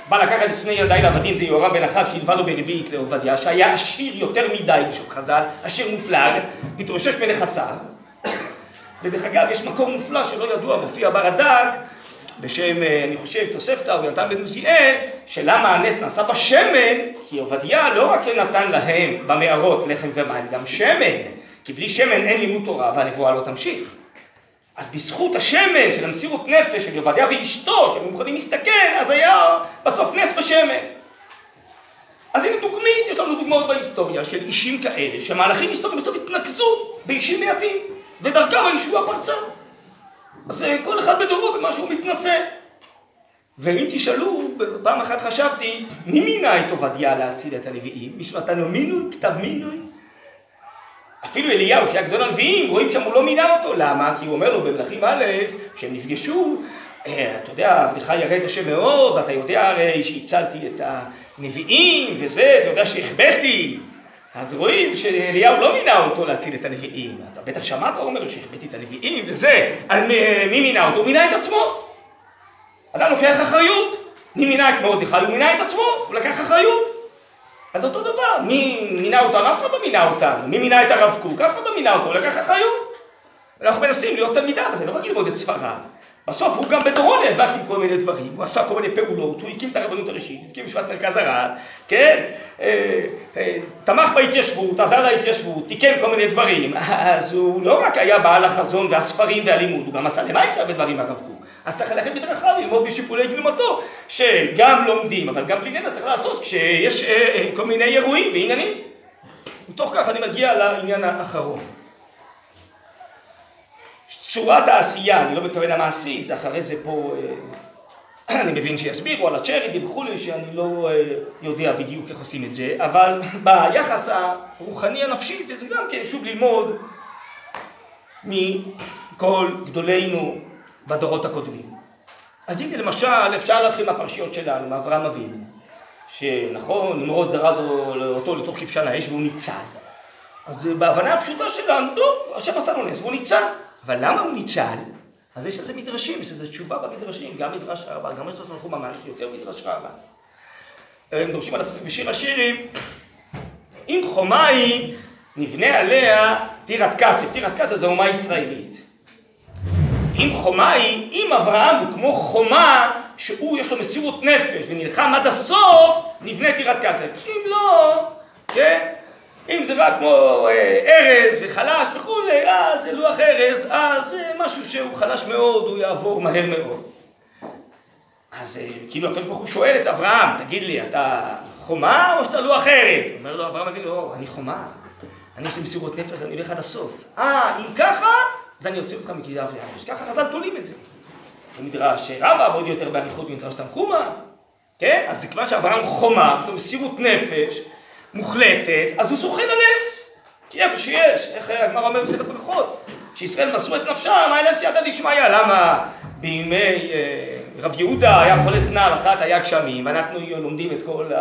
בא לקחת את שני ילדיי לעבדים, זה יהורם בן אחאב שהלווה לו בריבית לעובדיה, שהיה עשיר יותר מדי בשוק חז"ל, עשיר מופלג, התרושש בנכסיו. ודרך אגב, יש מקור מופלא שלא ידוע, מופיע ברד"ק, בשם, אני חושב, תוספתא או יונתן בן עוזיאל, שלמה הנס נעשה בשמן, כי עובדיה לא רק נתן להם במערות לחם ומים, גם שמן, כי בלי שמן אין לימוד תורה והנבואה לא תמשיך. אז בזכות השמן של המסירות נפש של עובדיה ואשתו, שהם מוכנים להסתכל, אז היה בסוף נס בשמן. אז הנה דוגמית, יש לנו דוגמאות בהיסטוריה של אישים כאלה, שמהלכים היסטוריים בסוף התנקזו באישים מעטים, ודרכם הישועה פרצה. אז כל אחד בדורו במה שהוא מתנשא. ואם תשאלו, פעם אחת חשבתי, מי מינה את עובדיה להציל את הנביאים? מישהו נתן לו מינוי, כתב מינוי? אפילו אליהו, שהיה גדול הנביאים, רואים שם הוא לא מינה אותו. למה? כי הוא אומר לו במלכים א', כשהם נפגשו, אתה יודע, עבדך ירא את השם מאוד, ואתה יודע הרי שהצלתי את הנביאים וזה, אתה יודע שהחבאתי. אז רואים שאליהו לא מינה אותו להציל את הנביאים. אתה בטח שמעת, הוא אומר לו שהחבאתי את הנביאים וזה. על מי מינה אותו? הוא מינה את עצמו. אדם לוקח אחריות. מי מינה את מרדכי? הוא מינה את עצמו, הוא לקח אחריות. אז אותו דבר, מי מינה אותנו? אף אחד לא מינה אותנו. מי מינה את הרב קוק? אף אחד לא מינה אותו, הוא לקח אחריות. אנחנו מנסים להיות תלמידיו, אז זה לא רק ללמוד את ספריו. בסוף הוא גם בדורו נאבק עם כל מיני דברים, הוא עשה כל מיני פעולות, הוא הקים את הרבנות הראשית, הקים משפט מרכז הרב, כן? תמך בהתיישבות, עזר להתיישבות, תיקן כל מיני דברים. אז הוא לא רק היה בעל החזון והספרים והלימוד, הוא גם עשה למעשה בדברים הרב קוק. אז צריך ללכת בדרכיו, ללמוד בשיפולי גלומתו, שגם לומדים, אבל גם בלי נדע צריך לעשות כשיש כל מיני אירועים ועניינים. ותוך כך אני מגיע לעניין האחרון. צורת העשייה, אני לא מתכוון המעשית, זה אחרי זה פה, אני מבין שיסבירו על הצ'ריטי וכולי, שאני לא יודע בדיוק איך עושים את זה, אבל ביחס הרוחני הנפשי, וזה גם כן שוב ללמוד מכל גדולינו בדורות הקודמים. אז הנה למשל, אפשר להתחיל מהפרשיות שלנו, מאברהם אבינו, שנכון, נמרוד זרד אותו לתוך כבשן האש והוא ניצל. אז בהבנה הפשוטה שלנו, טוב, השם עשה לו נס והוא ניצל. אבל למה הוא ניצל? אז יש איזה מדרשים, יש איזו תשובה במדרשים, גם מדרש רבה, גם מדרש אנחנו ממש יותר מדרש רבה. הם דורשים על הפסוק בשיר השירים, אם חומה היא, נבנה עליה טירת כסף. טירת כסף זו אומה ישראלית. אם חומה היא, אם אברהם הוא כמו חומה, שהוא יש לו מסירות נפש ונלחם עד הסוף, נבנה טירת כסף. אם לא, כן? אם זה רק כמו ארז וחלש וכולי, אז זה לוח ארז, אז זה משהו שהוא חלש מאוד, הוא יעבור מהר מאוד. אז כאילו הקדוש ברוך הוא שואל את אברהם, תגיד לי, אתה חומה או שאתה לוח ארז? הוא אומר לו, אברהם מביא לו, לא, אני חומה, אני יש לי מסירות נפש, אני הולך עד הסוף. אם ככה, אז אני אוציא אותך מכידה וארץ. ככה חז"ל תולים את זה. במדרש רבה, ועוד יותר באריכות במדרש תנחומא, כן? אז זה כבר שאברהם חומה, יש לו מסירות נפש, מוחלטת, אז הוא זוכה לנס. כי איפה שיש, איך הגמרא אומר בספר ברכות, שישראל מסרו את נפשם, היה להם סייעתא דשמיא. למה בימי רב יהודה היה חולץ נעל אחת, היה גשמים, ואנחנו לומדים את כל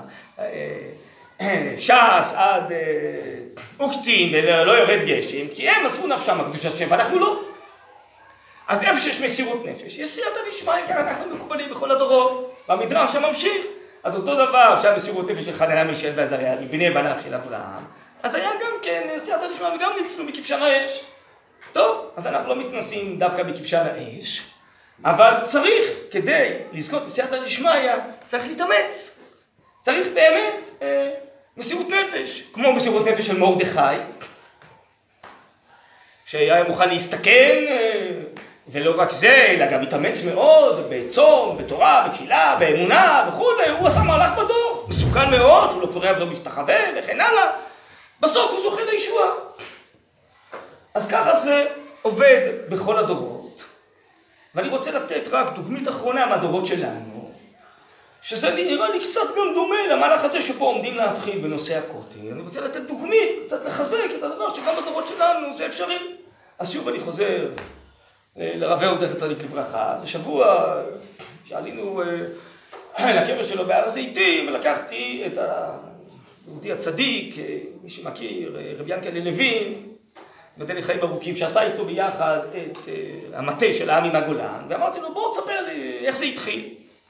ש"ס עד אוקצין ולא יורד גשם, כי הם מסרו נפשם הקדושת השם ואנחנו לא. אז איפה שיש מסירות נפש, יש סייעתא דשמיא, ככה אנחנו מקובלים בכל הדורות, והמדרש שממשיך. אז אותו דבר, עכשיו מסירות נפש של חנניה מישאל ועזריה, מבני בניו של אברהם, אז היה גם כן סייעתא דשמיא וגם ניצלו מכבשן האש. טוב, אז אנחנו לא מתנסים דווקא מכבשן האש, אבל צריך, כדי לזכות בסייעתא דשמיא, צריך להתאמץ. צריך באמת מסירות נפש, כמו מסירות נפש של מרדכי, שהיה מוכן להסתכן, ולא רק זה, אלא גם התאמץ מאוד בצום, בתורה, בתפילה, באמונה וכו'. הוא עשה מהלך בדור, מסוכן מאוד, שהוא לא קורא ולא משתחווה וכן הלאה. בסוף הוא זוכה לישועה. אז ככה זה עובד בכל הדורות. ואני רוצה לתת רק דוגמית אחרונה מהדורות שלנו, שזה נראה לי קצת גם דומה למהלך הזה שפה עומדים להתחיל בנושא הכותל. אני רוצה לתת דוגמית, קצת לחזק את הדבר שגם בדורות שלנו זה אפשרי. אז שוב אני חוזר לרב אהוד זכר צדיק לברכה. אז השבוע שעלינו לקבר שלו בהר הזיתים, ולקחתי את היהודי הצדיק, מי שמכיר, רבי ינקלה לוין, נותן לי חיים ארוכים, שעשה איתו ביחד את המטה של העם עם הגולן, ואמרתי לו, בוא תספר לי איך זה התחיל.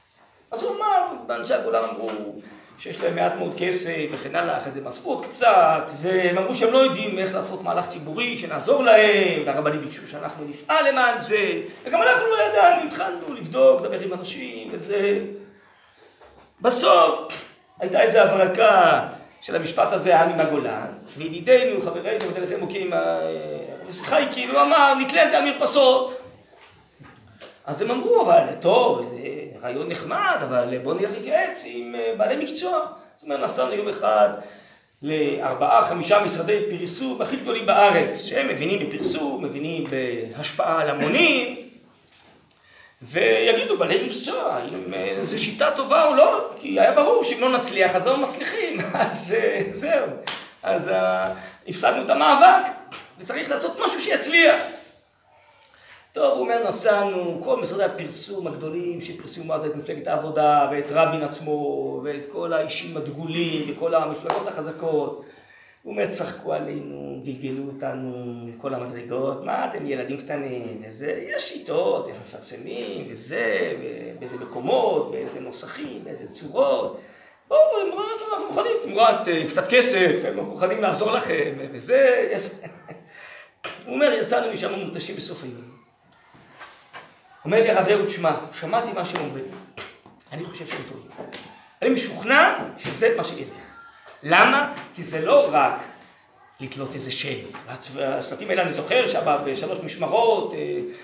אז הוא אמר, באנשי הגולן אמרו שיש להם מעט מאוד כסף וכן הלאה, אחרי זה מספו עוד קצת, והם אמרו שהם לא יודעים איך לעשות מהלך ציבורי, שנעזור להם, והרבנים ביקשו שאנחנו נפעל למען זה, וגם אנחנו לא ידענו, התחלנו לבדוק, לדבר עם אנשים וזה. בסוף הייתה איזו הברקה של המשפט הזה, העם עם הגולן, וידידינו, חברינו, ותלכם מוקים, השיחה היא כאילו אמר, נתלה את זה על מרפסות. אז הם אמרו, אבל טוב, רעיון נחמד, אבל בוא נלך להתייעץ עם בעלי מקצוע. זאת אומרת, נסענו יום אחד ל4-5 משרדי פרסום הכי גדולים בארץ, שהם מבינים בפרסום, מבינים בהשפעה על המונים, ויגידו בעלי מקצוע, אם זו שיטה טובה או לא, כי היה ברור שאם לא נצליח, אז לא מצליחים, אז זהו. אז הפסדנו את המאבק, וצריך לעשות משהו שיצליח. טוב, הוא אומר, נסענו, כל משרדי הפרסום הגדולים שפרסמו אז את מפלגת העבודה ואת רבין עצמו ואת כל האישים הדגולים וכל המפלגות החזקות. הוא אומר, צחקו עלינו, גלגלו אותנו מכל המדרגות, מה אתם ילדים קטנים, וזה, יש שיטות, איך מפרסמים, וזה, באיזה מקומות, באיזה נוסחים, באיזה צורות. בואו, אנחנו מוכנים תמורת קצת כסף, הם מוכנים לעזור לכם, וזה, יש... הוא אומר, יצאנו משם מותשים בסוף היום. אומר לי הרב אהוד, שמעתי מה שהם אומרים, אני חושב שהם טועים. אני משוכנע שזה מה שילך. למה? כי זה לא רק לתלות איזה שלט. השלטים האלה אני זוכר שמה בשלוש משמרות,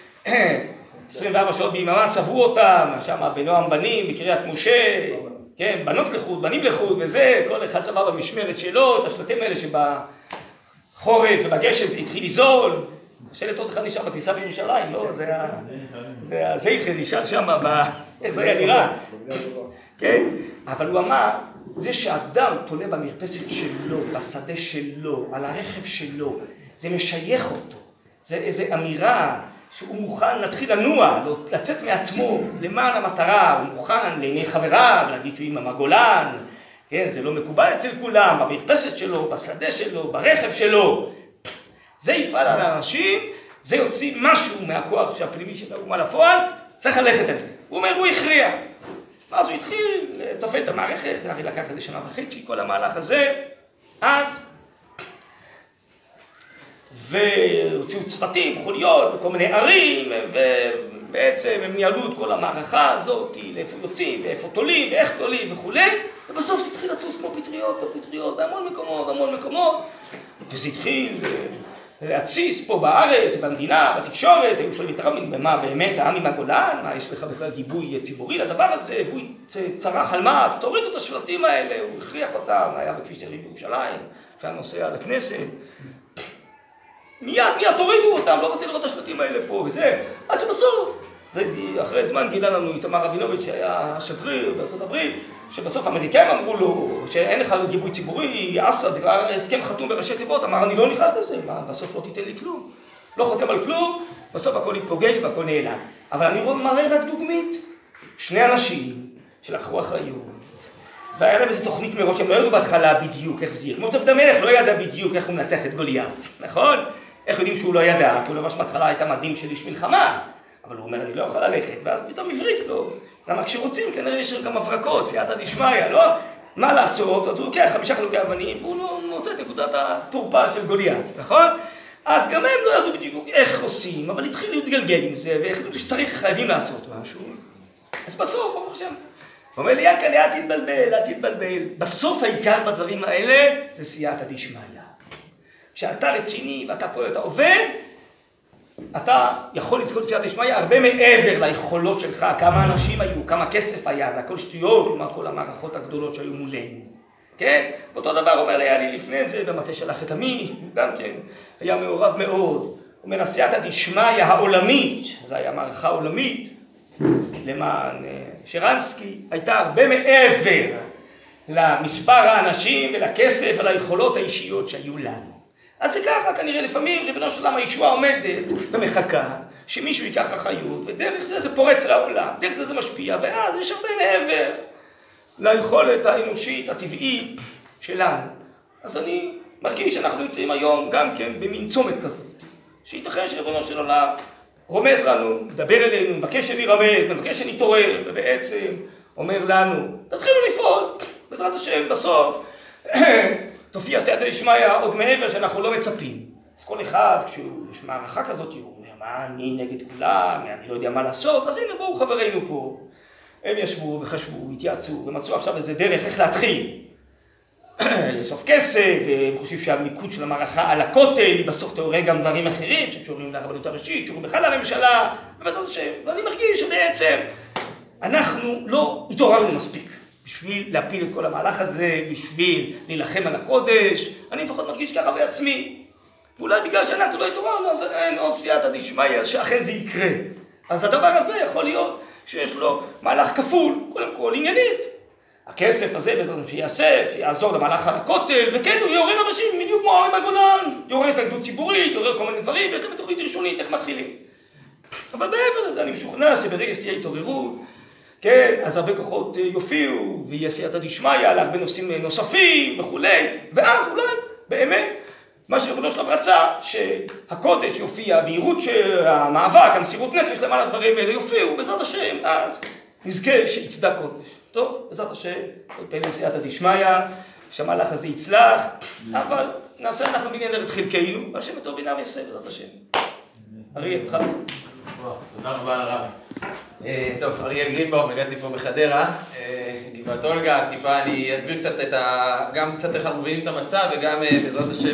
24 שעות ביממה צבעו אותם, שמה בנועם בנים, בקריית משה, כן, בנות לחוד, בנים לחוד וזה, כל אחד צבע במשמרת שלו, את השלטים האלה שבחורף ובגשם זה התחיל לזול. השלט עוד אחד נשאר בכניסה בירושלים, לא? זה הזכר נשאר שם, איך זה היה נראה. כן? אבל הוא אמר, זה שאדם תולה במרפסת שלו, בשדה שלו, על הרכב שלו, זה משייך אותו. זה איזו אמירה שהוא מוכן להתחיל לנוע, לצאת מעצמו למען המטרה, הוא מוכן לעיני חבריו, להגיד שהוא עם המגולן, כן? זה לא מקובל אצל כולם, במרפסת שלו, בשדה שלו, ברכב שלו. זה יפעל על האנשים, זה יוציא משהו מהכוח שהפנימי של האומה לפועל, צריך ללכת על זה. הוא אומר, הוא הכריע. ואז הוא התחיל לתפעל את המערכת, זה הרי לקח איזה 1.5 שנה, כל המהלך הזה. אז, והוציאו צוותים, חוליות, וכל מיני ערים, ובעצם הם ניהלו את כל המערכה הזאת, לאיפה יוצאים, ואיפה תולים, ואיך תולים וכו'. ובסוף זה התחיל לצוץ כמו פטריות, בהמון מקומות, וזה התחיל להציס פה בארץ, במדינה, בתקשורת, היו שואלים את הרבים, במה באמת העם עם הגולן, מה יש לך בכלל גיבוי ציבורי לדבר הזה, הוא צרח על מס, תורידו את השלטים האלה, הוא הכריח אותם, היה בכביש תל אביב בירושלים, כשהיה נוסע לכנסת, מיד תורידו אותם, לא רוצה לראות את השלטים האלה פה וזה, עד שבסוף, אחרי זמן גילה לנו איתמר רבינוביץ' שהיה שגריר בארצות הברית, שבסוף האמריקאים אמרו לו שאין לך גיבוי ציבורי, אסד, זה כבר הסכם חתום בראשי תיבות, אמר אני לא נכנס לזה, מה, בסוף לא תיתן לי כלום, לא חותם על כלום, בסוף הכל התפוגג והכל נעלם. אבל אני מראה רק דוגמית, 2 אנשים שלקחו אחריות, והיה להם איזו תוכנית מראש, הם לא ידעו בהתחלה בדיוק איך זה יהיה, כמו דוד המלך לא ידע בדיוק איך הוא מנצח את גוליית, נכון? איך יודעים שהוא לא ידע, כי הוא לבש מההתחלה הייתה מדים של איש מלחמה, אבל הוא אומר, אני לא יכול ללכת, ואז פתאום הבריק לו. למה כשרוצים, כנראה יש גם הברקות, סייעתא דשמיא, לא? מה לעשות? אז הוא לוקח 5 חלוקי אבנים, והוא לא מוצא את נקודת התורפה של גוליית, נכון? אז גם הם לא ידעו בדיוק איך עושים, אבל התחילו להתגלגל עם זה, והחליטו חייבים לעשות משהו. אז בסוף, ברוך השם, הוא אומר לי, ינקה, אל תתבלבל. בסוף העיקר בדברים האלה, זה סייעתא דשמיא. כשאתה רציני ואתה פועל, אתה עובד, אתה יכול לזכות סייעתא דשמיא הרבה מעבר ליכולות שלך, כמה אנשים היו, כמה כסף היה, זה הכל שטויות, כלומר כל המערכות הגדולות שהיו מולנו. כן? אותו דבר אומר היה לי לפני זה, במטה שלח את עמי, גם כן, היה מעורב מאוד. הוא אומר, הסייעתא דשמיא העולמית, זו הייתה מערכה עולמית, למען שרנסקי, הייתה הרבה מעבר למספר האנשים ולכסף וליכולות האישיות שהיו לנו. אז זה ככה, כנראה לפעמים ריבונו של עולם הישועה עומדת ומחכה שמישהו ייקח אחריות, ודרך זה פורץ לעולם, דרך זה משפיע, ואז יש הרבה מעבר ליכולת האנושית, הטבעית שלנו. אז אני מרגיש שאנחנו נמצאים היום גם כן במין צומת כזאת, שייתכן שריבונו של עולם רומז לנו, מדבר אלינו, מבקש שנרמז, מבקש שנתעורר, ובעצם אומר לנו, תתחילו לפעול, בעזרת השם, בסוף, תופיע סייעתא דשמיא עוד מעבר שאנחנו לא מצפים. אז כל אחד, כשיש מערכה כזאת, הוא אומר, מה אני נגד כולם, אני לא יודע מה לעשות, אז הנה בואו חברינו פה. הם ישבו וחשבו, התייעצו, ומצאו עכשיו איזה דרך איך להתחיל. לאסוף כסף, והם חושבים שהמיקוד של המערכה על הכותל, היא בסוף תעורר גם דברים אחרים, שקשורים לרבנות הראשית, שקשורים בכלל לממשלה, ובעזרת השם, ואני מרגיש שבעצם אנחנו לא התעוררנו מספיק בשביל להפיל את כל המהלך הזה, בשביל להילחם על הקודש. אני לפחות מרגיש ככה בעצמי. ואולי בגלל שאנחנו לא התעוררנו, אז אין עוד סייעתא דשמיא שאכן זה יקרה. אז הדבר הזה יכול להיות שיש לו מהלך כפול, קודם כל עניינית. הכסף הזה בעזרת השם שיאסף, יעזור למהלך על הכותל, וכן הוא יעורר אנשים בדיוק כמו עם הגולן, יעורר התנגדות ציבורית, יעורר כל מיני דברים, ויש להם תוכנית ראשונית איך מתחילים. אבל מעבר לזה אני משוכנע שברגע שתהיה התעוררות, כן, אז הרבה כוחות יופיעו, ויהיה סייעתא דשמיא להרבה נושאים נוספים וכולי, ואז אולי באמת מה שריבונו של עולם רצה, שהקודש יופיע, המהירות של המאבק, המסירות נפש למען הדברים האלה יופיעו, בעזרת השם, אז נזכה שיצדק קודש. טוב, בעזרת השם, פלא סייעתא דשמיא, שהמהלך הזה יצלח, אבל נעשה אנחנו בעניין את חלקנו, והשם בטוב ביניו יעשה, בעזרת השם. אריאל, בכלל. תודה רבה לרב. טוב, אריאל גרינבאום, הגעתי פה בחדרה, גבעת אולגה, טיפה אני אסביר קצת גם קצת איך אנחנו מבינים את המצב וגם בעזרת השם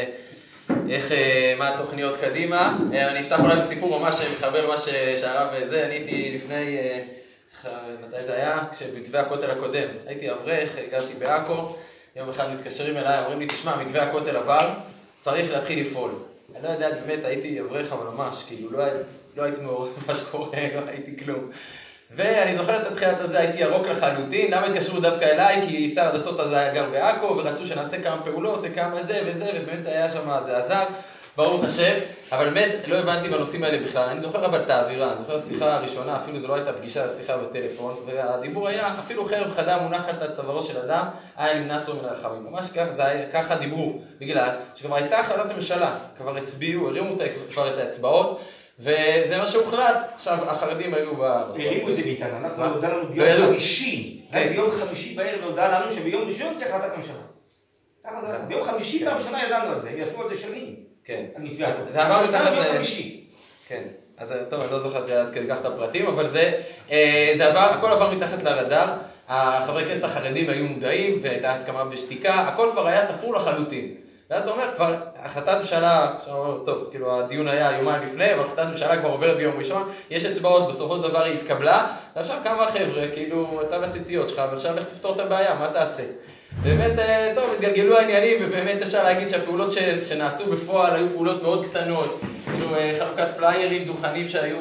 מה התוכניות קדימה. אני אפתח אולי בסיפור ממש מתחבר למה שהרב זה, אני הייתי לפני, מתי זה היה? כשמתווה הכותל הקודם, הייתי אברך, גרתי בעכו, יום אחד מתקשרים אליי, אומרים לי, תשמע, מתווה הכותל עבר, צריך להתחיל לפעול. אני לא יודע, באמת הייתי אברך אבל ממש, כאילו לא הייתי מעורב מה שקורה, לא הייתי כלום. ואני זוכר את התחילת הזה, הייתי ירוק לחלוטין, למה התקשרו דווקא אליי? כי שר הדתות הזה היה גר בעכו, ורצו שנעשה כמה פעולות וכמה זה וזה, ובאמת היה שם, זה עזר, ברוך השם, אבל באמת לא הבנתי בנושאים האלה בכלל. אני זוכר אבל את האווירה, אני זוכר השיחה הראשונה, אפילו זו לא הייתה פגישה, שיחה בטלפון, והדיבור היה, אפילו חרב חדה מונחת על צווארו של אדם, היה נמנע צור מן הרחמים. ממש ככה דיברו, בגלל שכבר הייתה החלטת הממשלה, כבר הצביעו, הרימו כבר את האצבעות, וזה מה שהוחלט. עכשיו, החרדים היו הרימו את זה מאיתנו, אנחנו נודע לנו ביום חמישי, ביום חמישי בערב נודע לנו שביום ראשון תהיה החלטת ממשלה. ככה זה, ביום חמישי פעם ראשונה ידענו על זה, ישבו על זה שנים. כן. המתווה הזה. זה עבר מתחת ביום חמישי. כן. אז טוב, אני לא זוכר עד כדי כך את הפרטים, אבל זה עבר, הכל עבר מתחת לרדאר. החברי כנסת החרדים היו מודעים, והייתה הסכמה בשתיקה, הכל כבר היה תפור לחלוטין. ואז אתה אומר, כבר החלטת ממשלה, טוב, כאילו הדיון היה יומיים לפני, אבל החלטת ממשלה כבר עוברת ביום ראשון, יש אצבעות, בסופו של דבר היא התקבלה, ועכשיו כמה חבר'ה, כאילו, אתה בציציות שלך, ועכשיו לך תפתור את הבעיה, מה תעשה? באמת, טוב, התגלגלו העניינים, ובאמת אפשר להגיד שהפעולות שנעשו בפועל היו פעולות מאוד קטנות, כאילו חלוקת פליירים, דוכנים שהיו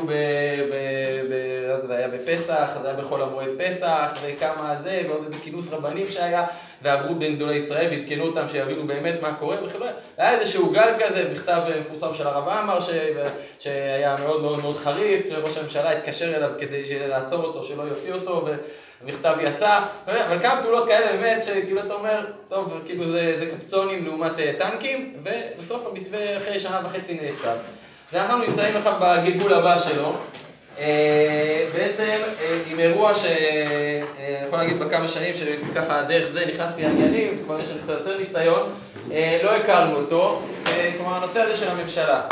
אז זה היה בפסח, זה היה בחול המועד פסח, וכמה זה, ועוד איזה כינוס רבנים שהיה, ועברו בין גדולי ישראל והתקנו אותם שיבינו באמת מה קורה וכו'. היה איזשהו גל כזה, מכתב מפורסם של הרב עמר שהיה מאוד מאוד מאוד חריף, ראש הממשלה התקשר אליו כדי לעצור אותו, שלא יוציא אותו, והמכתב יצא, אבל כמה פעולות כאלה באמת שכאילו אתה אומר, טוב, כאילו זה קפצונים לעומת טנקים, ובסוף המתווה אחרי שנה וחצי נעצר. אנחנו נמצאים עכשיו בגלגול הבא שלו, בעצם עם אירוע שאני יכול להגיד בכמה שנים שככה דרך זה נכנסתי לעניינים, כבר יש לנו יותר ניסיון, לא הכרנו אותו, כלומר הנושא הזה של הממשלה.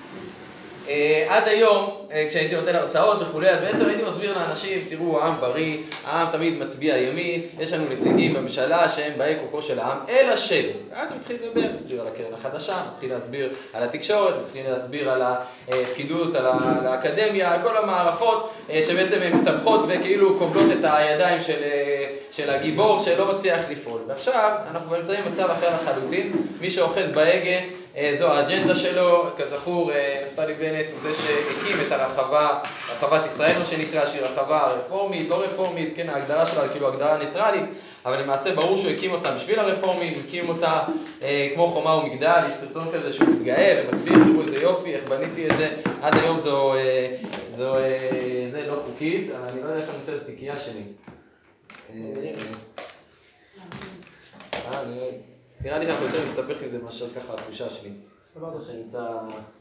עד היום, כשהייתי נותן הרצאות וכולי, אז בעצם הייתי מסביר לאנשים, תראו, העם בריא, העם תמיד מצביע ימין, יש לנו נציגים בממשלה שהם באי כוחו של העם, אלא של. אז מתחיל לדבר, מסביר על הקרן החדשה, מתחיל להסביר על התקשורת, מתחיל להסביר על הפקידות, על האקדמיה, על כל המערכות שבעצם הן מסבכות וכאילו כובלות את הידיים של הגיבור שלא מצליח לפעול. ועכשיו אנחנו נמצאים במצב אחר לחלוטין, מי שאוחז בהגה, זו האג'נדה שלו, כזכור, נפתלי בנט הוא זה שהקים את רחבת ישראל, מה שנקרא, שהיא רחבה רפורמית, לא רפורמית, כן, ההגדרה שלה כאילו הגדרה ניטרלית, אבל למעשה ברור שהוא הקים אותה בשביל הרפורמים, הקים אותה כמו חומה ומגדל, יש סרטון כזה שהוא מתגאה ומסביר, תראו איזה יופי, איך בניתי את זה, עד היום זה לא חוקית, אבל אני לא יודע איך אני רוצה את התיקייה שלי. נראה לי שאנחנו יותר נסתבך עם זה מאשר ככה התחושה שלי. סבבה שנמצא...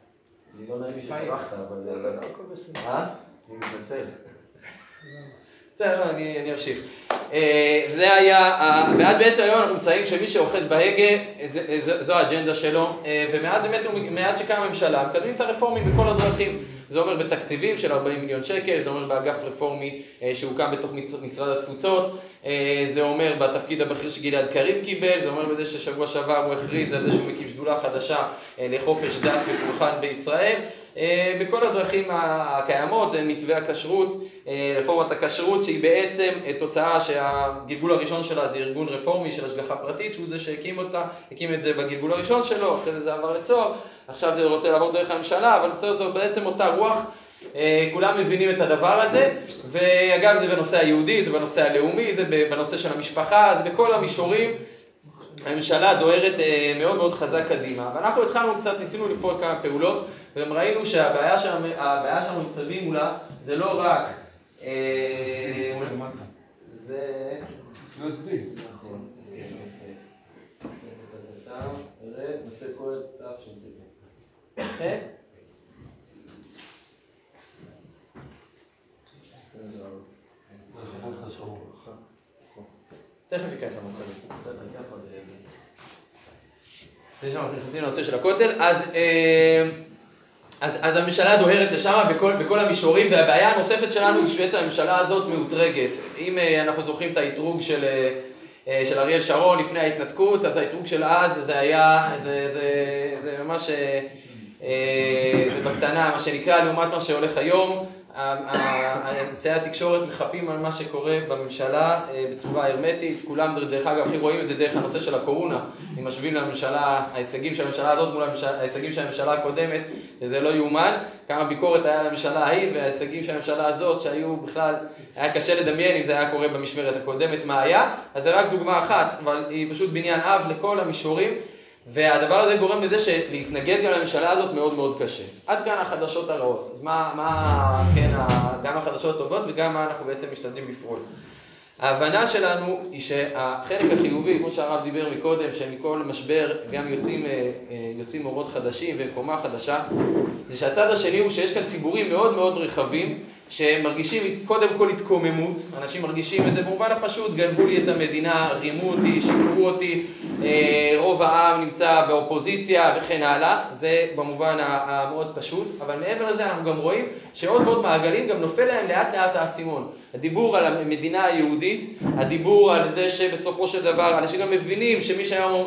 אני לא נעים לי שתרחת, אבל... הכל בסדר. אני מתנצל. בסדר, אני אמשיך. זה היה, ועד בעצם היום אנחנו מצאים שמי שאוחז בהגה, זו האג'נדה שלו, ומאז באמת, מעט שקמה הממשלה, מקדמים את הרפורמים בכל הדרכים. זה אומר בתקציבים של 40 מיליון שקל, זה אומר באגף רפורמי שהוקם בתוך משרד התפוצות, זה אומר בתפקיד הבכיר שגלעד קריב קיבל, זה אומר בזה ששבוע שעבר הוא הכריז על זה שהוא מקים שדולה חדשה לחופש דת ופולחן בישראל. בכל הדרכים הקיימות, זה מתווה הכשרות, רפורמת הכשרות שהיא בעצם תוצאה שהגלגול הראשון שלה זה ארגון רפורמי של השגחה פרטית, שהוא זה שהקים אותה, הקים את זה בגלגול הראשון שלו, אחרי זה עבר לצוהר, עכשיו זה רוצה לעבור דרך הממשלה, אבל זה בעצם אותה רוח, כולם מבינים את הדבר הזה, ואגב זה בנושא היהודי, זה בנושא הלאומי, זה בנושא של המשפחה, זה בכל המישורים, הממשלה דוהרת מאוד מאוד חזק קדימה, ואנחנו התחלנו קצת, ניסינו לפעול כמה פעולות, וגם ראינו שהבעיה שאנחנו ניצבים מולה, זה לא רק, זה USB, נכון, נעשה כל תף שנתקן. תכף ייכנס למצבים. זה שם, אנחנו נכנסים לנושא של הכותל, אז הממשלה דוהרת לשם בכל המישורים, והבעיה הנוספת שלנו היא שבעצם הממשלה הזאת מאותרגת. אם אנחנו זוכרים את האתרוג של אריאל שרון לפני ההתנתקות, אז האתרוג של אז זה היה, זה ממש, זה בקטנה, מה שנקרא, לעומת מה שהולך היום. אמצעי התקשורת מחפים על מה שקורה בממשלה בצורה הרמטית, כולם דרך אגב הכי רואים את זה דרך הנושא של הקורונה, אם משווים לממשלה, ההישגים של הממשלה הזאת מול ההישגים של הממשלה הקודמת, שזה לא יאומן, כמה ביקורת היה לממשלה ההיא וההישגים של הממשלה הזאת שהיו בכלל, היה קשה לדמיין אם זה היה קורה במשמרת הקודמת מה היה, אז זה רק דוגמה אחת, אבל היא פשוט בניין אב לכל המישורים, והדבר הזה גורם לזה שלהתנגד גם לממשלה הזאת מאוד מאוד קשה. עד כאן החדשות הרעות. אז כן, גם החדשות הטובות וגם מה אנחנו בעצם משתדלים לפעול. ההבנה שלנו היא שהחלק החיובי, כמו שהרב דיבר מקודם, שמכל משבר גם יוצאים אורות חדשים וקומה חדשה, זה שהצד השני הוא שיש כאן ציבורים מאוד מאוד רחבים, שמרגישים קודם כל התקוממות, אנשים מרגישים את זה במובן הפשוט, גנבו לי את המדינה, רימו אותי, שיקרו אותי, רוב העם נמצא באופוזיציה וכן הלאה, זה במובן המאוד פשוט, אבל מעבר לזה אנחנו גם רואים שעוד ועוד מעגלים גם נופל להם לאט לאט האסימון. הדיבור על המדינה היהודית, הדיבור על זה שבסופו של דבר אנשים גם מבינים שמי שהיום,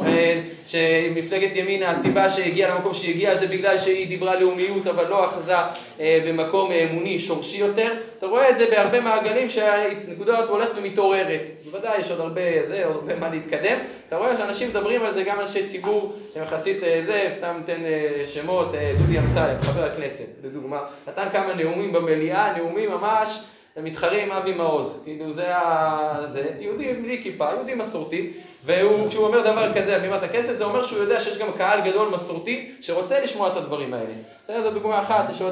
שמפלגת ימינה, הסיבה שהגיעה למקום שהגיעה זה בגלל שהיא דיברה לאומיות אבל לא אחזה במקום אמוני שורשי יותר. אתה רואה את זה בהרבה מעגלים שהנקודה הזאת הולכת ומתעוררת. בוודאי יש עוד הרבה מה להתקדם. אתה רואה שאנשים מדברים על זה, גם אנשי ציבור שמחסית זה, סתם נתן שמות, דודי אמסלם, חבר הכנסת, לדוגמה, נתן כמה נאומים במליאה, נאומים ממש מתחרים אבי מעוז, כאילו זה יהודי בלי כיפה, יהודי מסורתי, וכשהוא אומר דבר כזה על בימת הכנסת, זה אומר שהוא יודע שיש גם קהל גדול מסורתי שרוצה לשמוע את הדברים האלה. זו דוגמה אחת, יש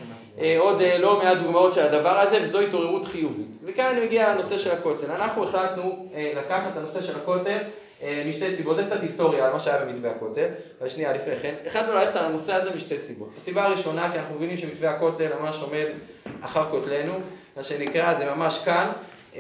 עוד לא מעט דוגמאות של הדבר הזה, וזו התעוררות חיובית. וכאן אני מגיע לנושא של הכותל. אנחנו החלטנו לקחת את הנושא של הכותל משתי סיבות, קצת היסטוריה על מה שהיה במתווה הכותל, אבל שנייה לפני כן, החלטנו ללכת על הנושא הזה משתי סיבות. הסיבה הראשונה, כי אנחנו מבינים שמתווה הכותל ממש עומד אחר כותלנו, מה שנקרא, זה ממש כאן,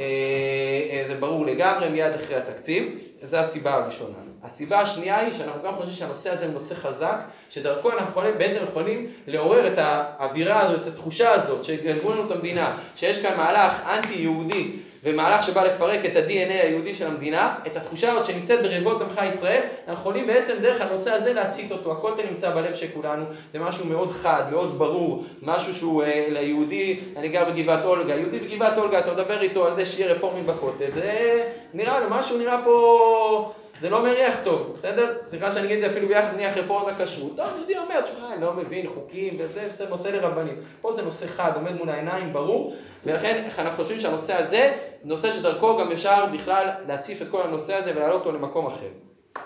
זה ברור לגמרי מיד אחרי התקציב, זו הסיבה הראשונה. הסיבה השנייה היא שאנחנו גם חושבים שהנושא הזה הוא נושא חזק, שדרכו אנחנו בעצם יכולים לעורר את האווירה הזאת, את התחושה הזאת, שגנבו לנו את המדינה, שיש כאן מהלך אנטי-יהודי, ומהלך שבא לפרק את ה-DNA היהודי של המדינה, את התחושה הזאת שנמצאת ברבבות עמך ישראל, אנחנו יכולים בעצם דרך הנושא הזה להצית אותו. הכותל נמצא בלב של כולנו, זה משהו מאוד חד, מאוד ברור, משהו שהוא ליהודי, אני גר בגבעת אולגה, יהודי בגבעת אולגה, אתה מדבר איתו על זה שיהיה רפורמים בכותל, זה נראה לו, משהו נראה פה, זה לא מריח טוב, בסדר? סליחה שאני אגיד את זה אפילו ביחד נניח רפורמת הכשרות, טוב, יהודי אומר, תשמע, אני לא מבין חוקים וזה נושא לרבנים, פה זה נושא חד, עומד מול העיניים, ברור, ולכן אנחנו חושבים שהנושא הזה, נושא שדרכו גם אפשר בכלל להציף את כל הנושא הזה ולהעלות אותו למקום אחר.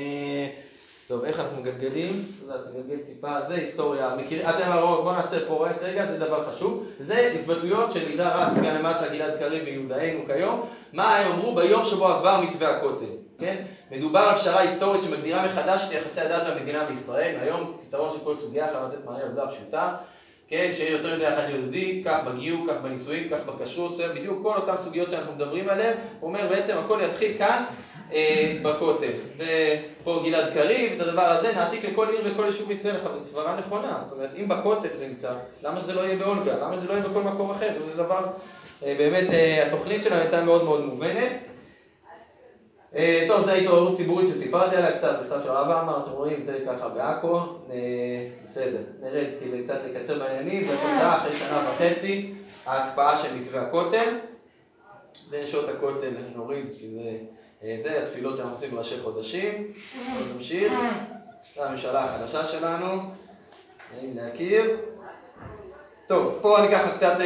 טוב, איך אנחנו מגלגלים? נגלגל טיפה, זה היסטוריה, בוא נעצר פה רק רגע, זה דבר חשוב. זה התבטאויות של יזהר רס, כאן למטה גלעד קריב ויהודאינו כיום, מה הם אמרו ביום שבו עבר מתווה הכותל. כן? מדובר על פשרה היסטורית שמגדירה מחדש את יחסי הדת והמדינה בישראל, היום פתרון של כל סוגיה, אחר לתת מענה עובדה פשוטה. כן, שיהיה יותר מדי אחד יהודי, כך בגיור, כך בנישואים, כך בכשרות, זה בדיוק כל אותן סוגיות שאנחנו מדברים עליהן, הוא אומר בעצם הכל יתחיל כאן בכותל. ופה גלעד קריב, את הדבר הזה נעתיק לכל עיר וכל יישוב בישראל. זאת סברה נכונה, זאת אומרת, אם בכותל זה נמצא, למה שזה לא יהיה באולגה? למה שזה לא יהיה בכל מקום אחר? זה דבר, באמת, התוכנית שלנו הייתה מאוד מאוד מובנת. טוב, זו ההתעוררות ציבורית שסיפרתי עליה קצת, בכתב של הרב עמאר, אתם רואים, זה ככה בעכו, בסדר, נרד, כאילו קצת לקצר בעניינים, והתוצאה אחרי שנה וחצי, ההקפאה של מתווה הכותל, זה נשות הכותל, נוריד, כי זה התפילות שאנחנו עושים בראשי חודשים, עוד נמשיך, זה הממשלה החדשה שלנו, להכיר. טוב, פה אני ככה קצת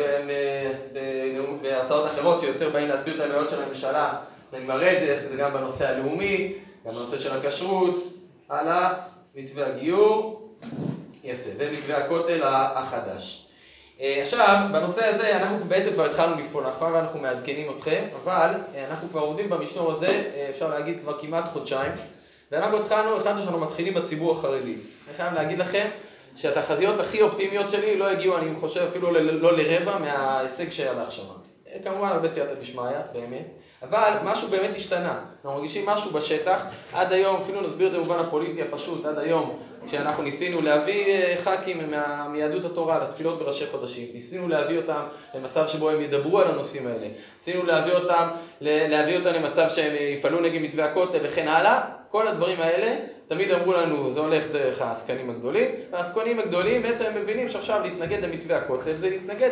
בהרצאות אחרות שיותר באים להסביר את הבעיות של הממשלה, אני מראה, זה גם בנושא הלאומי, גם בנושא של הכשרות, הלאה, מתווה הגיור, יפה, ומתווה הכותל החדש. עכשיו, בנושא הזה אנחנו בעצם כבר התחלנו לפעול, עכשיו אנחנו מעדכנים אתכם, אבל אנחנו כבר עובדים במישור הזה, אפשר להגיד כבר כמעט חודשיים, ואנחנו התחלנו שאנחנו מתחילים בציבור החרדי. אני חייב להגיד לכם שהתחזיות הכי אופטימיות שלי לא הגיעו, אני חושב אפילו לא לרבע מההישג שהלך שם. כמובן הרבה סייעתא דשמיא, באמת. אבל משהו באמת השתנה, אנחנו מרגישים משהו בשטח, עד היום, אפילו נסביר את המובן הפוליטי הפשוט, עד היום, כשאנחנו ניסינו להביא ח"כים מיהדות התורה לתפילות בראשי חודשים, ניסינו להביא אותם למצב שבו הם ידברו על הנושאים האלה, ניסינו להביא אותם למצב שהם יפעלו נגד מתווה הכותל וכן הלאה, כל הדברים האלה, תמיד אמרו לנו, זה הולך דרך העסקנים הגדולים, והעסקנים הגדולים בעצם הם מבינים שעכשיו להתנגד למתווה הכותל, זה להתנגד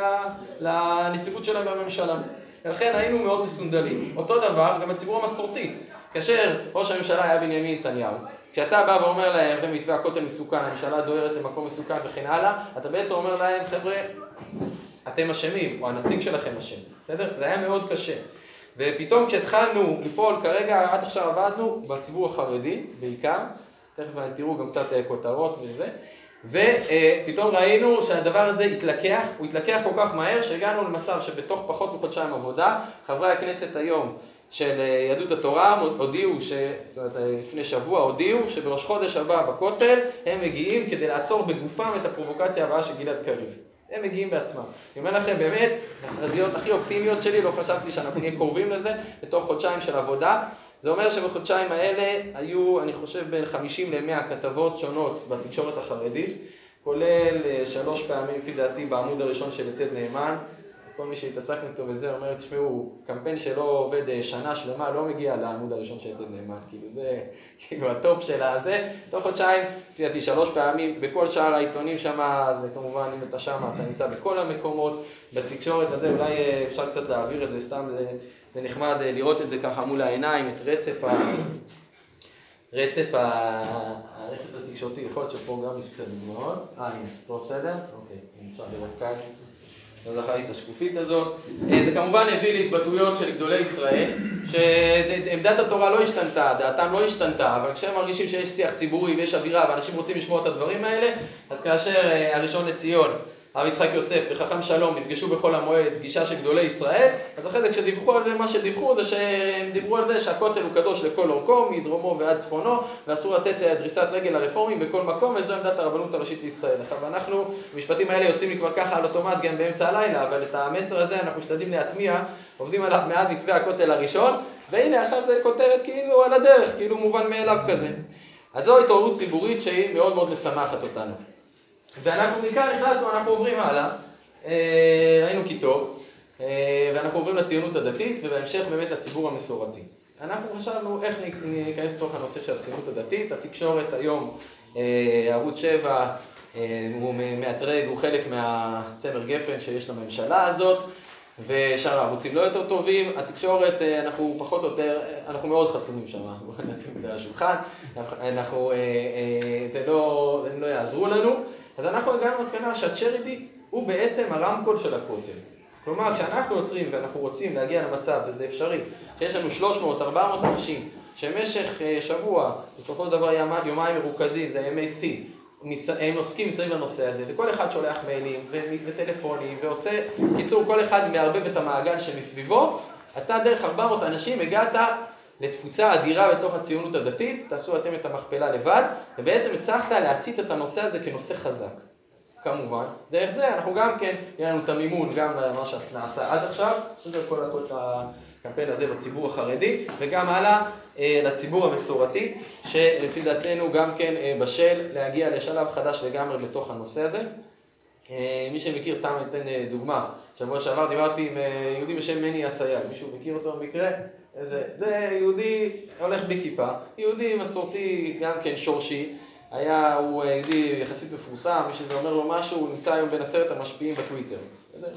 לנציגות שלהם בממשלה. ולכן היינו מאוד מסונדלים. אותו דבר גם בציבור המסורתי. כאשר ראש הממשלה היה בנימין נתניהו, כשאתה בא ואומר להם, מתווה הכותל מסוכן, הממשלה דוהרת למקום מסוכן וכן הלאה, אתה בעצם אומר להם, חבר'ה, אתם אשמים, או הנציג שלכם אשם. בסדר? זה היה מאוד קשה. ופתאום כשהתחלנו לפעול, כרגע עד עכשיו עבדנו בציבור החרדי, בעיקר, תכף תראו גם קצת כותרות וזה, ופתאום ראינו שהדבר הזה הוא התלקח כל כך מהר שהגענו למצב שבתוך פחות מחודשיים עבודה, חברי הכנסת היום של יהדות התורה הודיעו, לפני שבוע הודיעו שבראש חודש הבא בכותל הם מגיעים כדי לעצור בגופם את הפרובוקציה הבאה של גלעד קריב. הם מגיעים בעצמם. אני אומר לכם, באמת, התחזיות הכי אופטימיות שלי, לא חשבתי שאנחנו נהיה קרובים לזה, בתוך חודשיים של עבודה. זה אומר שבחודשיים האלה היו, אני חושב, בין 50 ל-100 כתבות שונות בתקשורת החרדית, כולל 3 פעמים, לפי דעתי, בעמוד הראשון של יתד נאמן. כל מי שהתעסק איתו וזה אומר, תשמעו, קמפיין שלא עובד שנה שלמה, לא מגיע לעמוד הראשון של יתד נאמן. כאילו זה, כאילו הטופ של הזה. תוך חודשיים, לפי דעתי, 3 פעמים, בכל שאר העיתונים שם, אז כמובן, אם אתה שם, אתה נמצא בכל המקומות, בתקשורת הזה, אולי אפשר קצת להעביר את זה, סתם זה נחמד לראות את זה ככה מול העיניים, את רצף הרשת התקשורתי, יכול להיות שפה גם יש קצת דוגמאות. הנה, טוב, בסדר? אוקיי, אפשר לראות כאן. לא זכרתי את השקופית הזאת. זה כמובן הביא להתבטאויות של גדולי ישראל, שעמדת התורה לא השתנתה, דעתם לא השתנתה, אבל כשהם מרגישים שיש שיח ציבורי ויש אווירה ואנשים רוצים לשמוע את הדברים האלה, אז כאשר הראשון לציון, הרב יצחק יוסף וחכם שלום נפגשו בכל המועד פגישה של גדולי ישראל, אז אחרי זה כשדיווחו על זה, מה שדיווחו זה שהם דיברו על זה שהכותל הוא קדוש לכל אורכו, מדרומו ועד צפונו, ואסור לתת דריסת רגל לרפורמים בכל מקום, וזו עמדת הרבנות הראשית לישראל. ואנחנו, המשפטים האלה יוצאים לי כבר ככה על אוטומט גם באמצע הלילה, אבל את המסר הזה אנחנו משתדלים להטמיע, עובדים עליו מעל מתווה הכותל הראשון, והנה עכשיו זה כותרת כאילו על הדרך, כאילו מובן מאליו כזה. אז זו התעוררות ציבורית שהיא מאוד מאוד משמחת אותנו. ואנחנו מכאן החלטנו, אנחנו עוברים הלאה, ראינו כי טוב, ואנחנו עוברים לציונות הדתית, ובהמשך באמת לציבור המסורתי. אנחנו חשבנו איך ניכנס לתוך הנושא של הציונות הדתית, התקשורת היום, ערוץ 7, הוא מאתרג, הוא חלק מהצמר גפן שיש לממשלה הזאת, ושאר הערוצים לא יותר טובים, התקשורת, אנחנו פחות או יותר, אנחנו מאוד חסונים שם, בואו נשים את זה על השולחן, הם לא יעזרו לנו, אז אנחנו הגענו למסקנה שהצ'ריטי הוא בעצם הרמקול של הכותל. כלומר, כשאנחנו יוצרים ואנחנו רוצים להגיע למצב, וזה אפשרי, שיש לנו 300-400 אנשים, שמשך שבוע, בסופו של דבר יומיים מרוכזים, זה ימי שיא, הם עוסקים סביב הנושא הזה, וכל אחד שולח מיילים וטלפונים, ועושה, קיצור, כל אחד מערבב את המעגל שמסביבו, אתה דרך 400 אנשים הגעת לתפוצה אדירה בתוך הציונות הדתית, תעשו אתם את המכפלה לבד, ובעצם הצלחת להצית את הנושא הזה כנושא חזק. כמובן. דרך זה אנחנו גם כן, יהיה לנו את המימון גם למה שנעשה עד עכשיו, שזה כל הקמפיין הזה בציבור החרדי, וגם הלאה לציבור המסורתי, שלפי דעתנו גם כן בשל להגיע לשלב חדש לגמרי בתוך הנושא הזה. מי שמכיר, סתם אתן דוגמה, שבוע שעבר דיברתי עם יהודי בשם מני אסייג, מישהו מכיר אותו במקרה? זה יהודי הולך בכיפה, יהודי מסורתי גם כן שורשי, הוא יהודי יחסית מפורסם, מי שזה אומר לו משהו, הוא נמצא היום בין 10 המשפיעים בטוויטר. בסדר?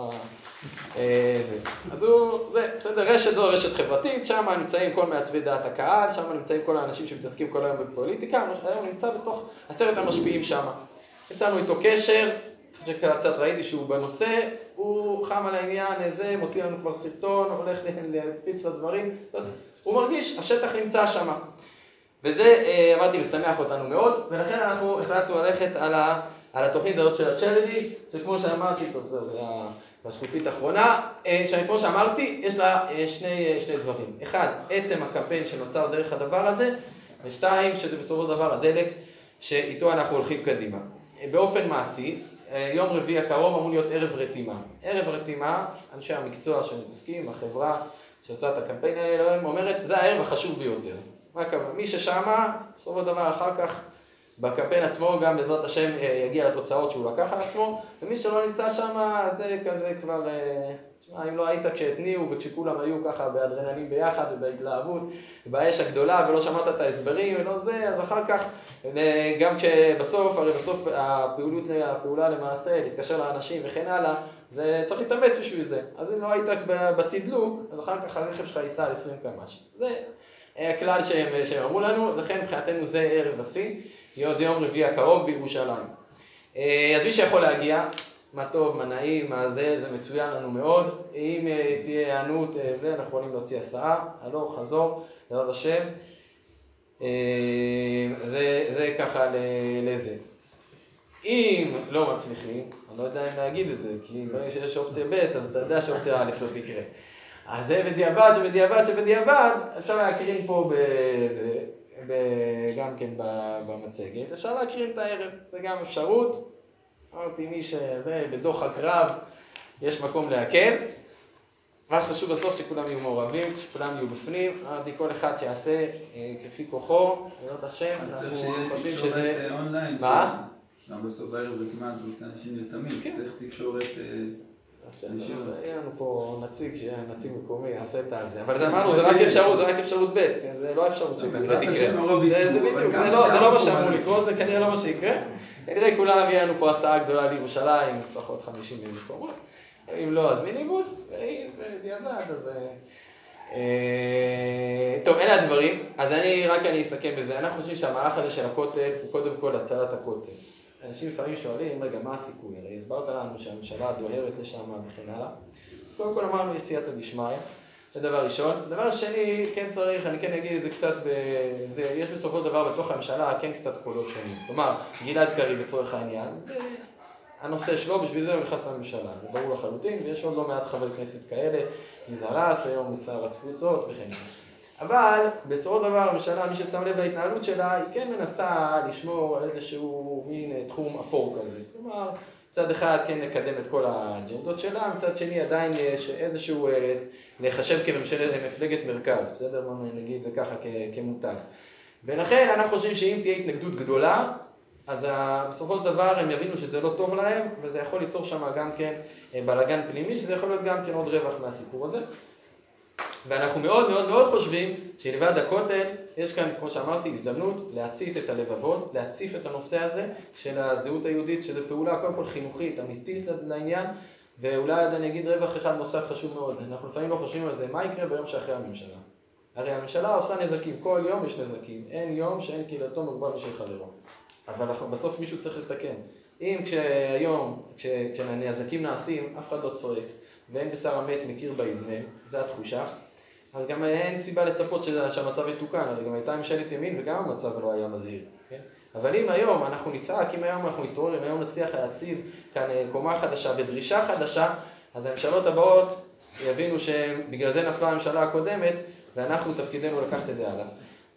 אז בסדר, רשת חברתית, שם נמצאים כל מעצבי דעת הקהל, שם נמצאים כל האנשים שמתעסקים כל היום בפוליטיקה, היום נמצא בתוך 10 המשפיעים שם. יצאנו איתו קשר, קצת ראיתי שהוא בנושא, הוא חם על העניין, מוציא לנו כבר סרטון, הולך להפיץ לדברים, הוא מרגיש, השטח נמצא שם. וזה, אמרתי, משמח אותנו מאוד, ולכן אנחנו החלטנו ללכת על התוכנית הזאת של הצ'ריטי, שכמו שאמרתי, טוב, זה בשקופית האחרונה, שכמו שאמרתי, יש לה שני דברים. אחד, עצם הקמפיין שנוצר דרך הדבר הזה, ושתיים, שזה בסופו של דבר הדלק שאיתו אנחנו הולכים קדימה. באופן מעשי, יום רביעי הקרוב אמור להיות ערב רתימה. ערב רתימה, אנשי המקצוע שמתעסקים, החברה שעושה את הקמפיין האלה, אומרת, זה הערב החשוב ביותר. מה הכוונה? מי ששמה, בסופו של דבר אחר כך, בקמפיין עצמו גם בעזרת השם יגיע לתוצאות שהוא לקח על עצמו, ומי שלא נמצא שם, זה כזה כבר, אם לא היית כשהתניעו וכשכולם היו ככה באדרנלין ביחד ובהתלהבות, באש הגדולה ולא שמעת את ההסברים ולא זה, אז אחר כך, גם כשבסוף, הרי בסוף הפעולה למעשה, להתקשר לאנשים וכן הלאה, זה צריך להתאמץ בשביל זה. אז אם לא היית בתדלוק, אז אחר כך הרכב שלך ייסע על 20 קמ"ש. זה הכלל שהם אמרו לנו, אז לכן מבחינתנו זה ערב השיא, יהיה יום רביעי הקרוב בירושלים. אז מי שיכול להגיע, מה טוב, מה נעים, מה זה מצוין לנו מאוד. אם תהיה הענות, אנחנו יכולים להוציא הסעה, הלוך, חזור, בעזרת השם. זה ככה לזה. אם לא מצליחים, אני לא יודע אם להגיד את זה, כי ברגע שיש אופציה ב', אז אתה יודע שאופציה א' לא תקרה. אז זה בדיעבד, אפשר להקרין פה גם כן במצגת, אפשר להקרין את הערב, זה גם אפשרות. אמרתי מי שזה בדוח הקרב, יש מקום להקל. רק חשוב בסוף שכולם יהיו מעורבים, שכולם יהיו בפנים. אמרתי כל אחד שיעשה כפי כוחו, בעזרת השם, אנחנו חושבים שזה... מה? גם בסוף בערב וכמעט זה אנשים לתמיד, צריך תקשורת... יהיה לנו פה נציג מקומי, יעשה את הזה, אבל זה אמרנו, זה רק אפשרות ב', זה לא אפשרות שזה תקרה. זה בדיוק, זה לא מה שאמור לקרות, זה כנראה לא מה שיקרה. כנראה כולם יהיה לנו פה הסעה גדולה לירושלים, לפחות 50 מקומות. אם לא, אז מיניבוס, ואם בדיעבד, אז... טוב, אלה הדברים. אז אני אסכם בזה. אנחנו חושבים שהמהלך הזה של הכותל הוא קודם כל הצלת הכותל. אנשים לפעמים שואלים, רגע, מה הסיכוי? הרי הסברת לנו שהממשלה דוהרת לשם וכן הלאה. אז קודם כל אמרנו, יש סייעתא דשמיא. זה דבר ראשון. דבר שני, כן צריך, אני כן אגיד את זה קצת, יש בסופו של דבר בתוך הממשלה כן קצת קולות שונים. כלומר, גלעד קריב בצורך העניין, זה הנושא שלו, בשביל זה הוא נכנס לממשלה. זה ברור לחלוטין, ויש עוד לא מעט חברי כנסת כאלה, יזהרס, היום שר התפוצות וכן הלאה. אבל בסופו של דבר הממשלה, מי ששם לב להתנהלות שלה, היא כן מנסה לשמור על איזשהו מין תחום אפור כזה. כלומר, מצד אחד כן לקדם את כל האג'נדות שלה, מצד שני עדיין יש איזשהו לחשב כמפלגת מרכז, בסדר? נגיד זה ככה כמותג. ולכן אנחנו חושבים שאם תהיה התנגדות גדולה, אז בסופו של דבר הם יבינו שזה לא טוב להם, וזה יכול ליצור שם גם כן בלגן פנימי, שזה יכול להיות גם כן עוד רווח מהסיפור הזה. ואנחנו מאוד מאוד מאוד חושבים שלבד הכותל יש כאן, כמו שאמרתי, הזדמנות להצית את הלבבות, להציף את הנושא הזה של הזהות היהודית, שזו פעולה קודם כל חינוכית, אמיתית לעניין, ואולי אני אגיד רווח אחד נוסף חשוב מאוד. אנחנו לפעמים לא חושבים על זה, מה יקרה ביום שאחרי הממשלה? הרי הממשלה עושה נזקים, כל יום יש נזקים, אין יום שאין קהילתו מוגבל בשביל חברו. אבל בסוף מישהו צריך לתקן. אם כשהיום, כשהנזקים נעשים, אף אחד לא צועק, ואין בשר המת מכיר באזמם, זו התחושה, אז גם אין סיבה לצפות שהמצב יתוקן, הרי גם הייתה ממשלת ימין וגם המצב לא היה מזהיר. כן? אבל אם היום אנחנו נצעק, אם היום אנחנו נתעורר, אם היום נצליח להציב כאן קומה חדשה ודרישה חדשה, אז הממשלות הבאות יבינו שבגלל זה נפלה הממשלה הקודמת, ואנחנו תפקידנו לקחת את זה הלאה.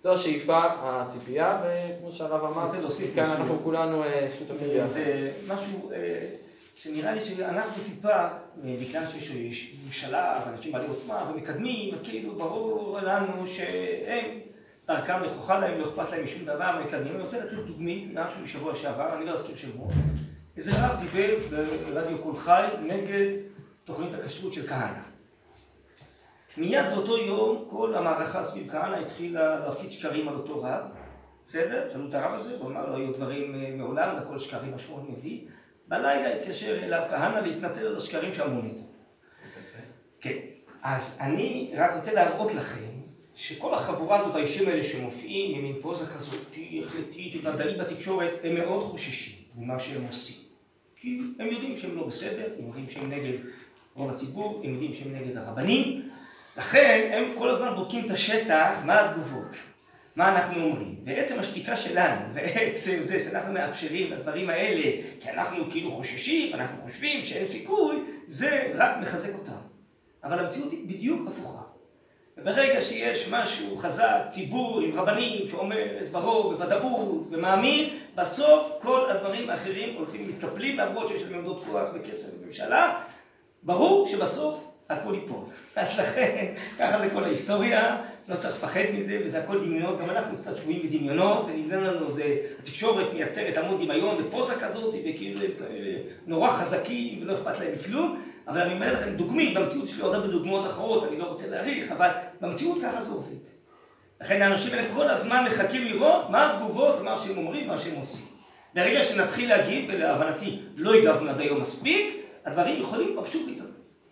זו השאיפה, הציפייה, וכמו שהרב אמר, כאן אנחנו כולנו שותפים ביחד. זה משהו שנראה לי שאנחנו טיפה, בגלל שיש ממשלה ואנשים בעלי עוצמה ומקדמים, אז כאילו ברור לנו שהם דרכם לכוחה להם, לא אכפת להם משום דבר, מקדמים. אני רוצה לתת דוגמית, משהו משבוע שעבר, אני לא אזכיר שבוע. איזה רב דיבר ברדיו קול חי נגד תוכנית הכשרות של כהנא. מיד באותו יום כל המערכה סביב כהנא התחילה להפיץ שקרים על אותו רב. בסדר? שאלו את הרב הזה, הוא אמר, לא היו דברים מעולם, זה הכל שקרים משמעות נגדי. בלילה התקשר אליו כהנא להתנצל על השקרים שאמרו נגדו. כן. אז אני רק רוצה להראות לכם שכל החבורה הזאת, האישים האלה שמופיעים עם פוזה כזאת, החלטית, ודאי בתקשורת, הם מאוד חוששים ממה שהם עושים. כי הם יודעים שהם לא בסדר, הם יודעים שהם נגד רוב הציבור, הם יודעים שהם נגד הרבנים. לכן הם כל הזמן בודקים את השטח, מה התגובות, מה אנחנו אומרים. ועצם השתיקה שלנו, ועצם זה שאנחנו מאפשרים לדברים האלה, כי אנחנו כאילו חוששים, אנחנו חושבים שאין סיכוי, זה רק מחזק אותם. אבל המציאות היא בדיוק הפוכה. וברגע שיש משהו חזק, ציבור עם רבנים שאומר את דברו בוודאות ומאמין, בסוף כל הדברים האחרים הולכים ומתקפלים, למרות שיש להם עמדות כוח וכסף בממשלה, ברור שבסוף הכל ייפול. אז לכן, ככה זה כל ההיסטוריה, לא צריך לפחד מזה, וזה הכל דמיונות, גם אנחנו קצת שבויים בדמיונות, ונדמה לנו, התקשורת מייצרת המון דמיון ופוזה כזאת, וכאילו הם כאלה נורא חזקים ולא אכפת להם מכלום, אבל אני אומר לכם דוגמית, במציאות שלי עוד הרבה דוגמאות אחרות, אני לא רוצה להאריך, אבל במציאות ככה זה עובד. לכן האנשים האלה כל הזמן מחכים לראות מה התגובות, מה שהם אומרים, מה שהם עושים. ברגע שנתחיל להגיב, ולהבנתי לא הגבנו עד היום מספיק, הדברים יכולים פשוט להתאמן.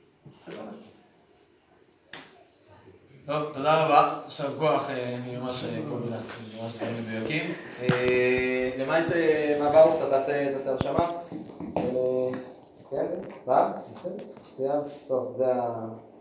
טוב, תודה רבה. עכשיו כוח, אני ממש כל מילה, ממש דברים מדויקים. למעשה, מה ברוך, אתה תעשה הרשמה? כן? מה? טוב, זה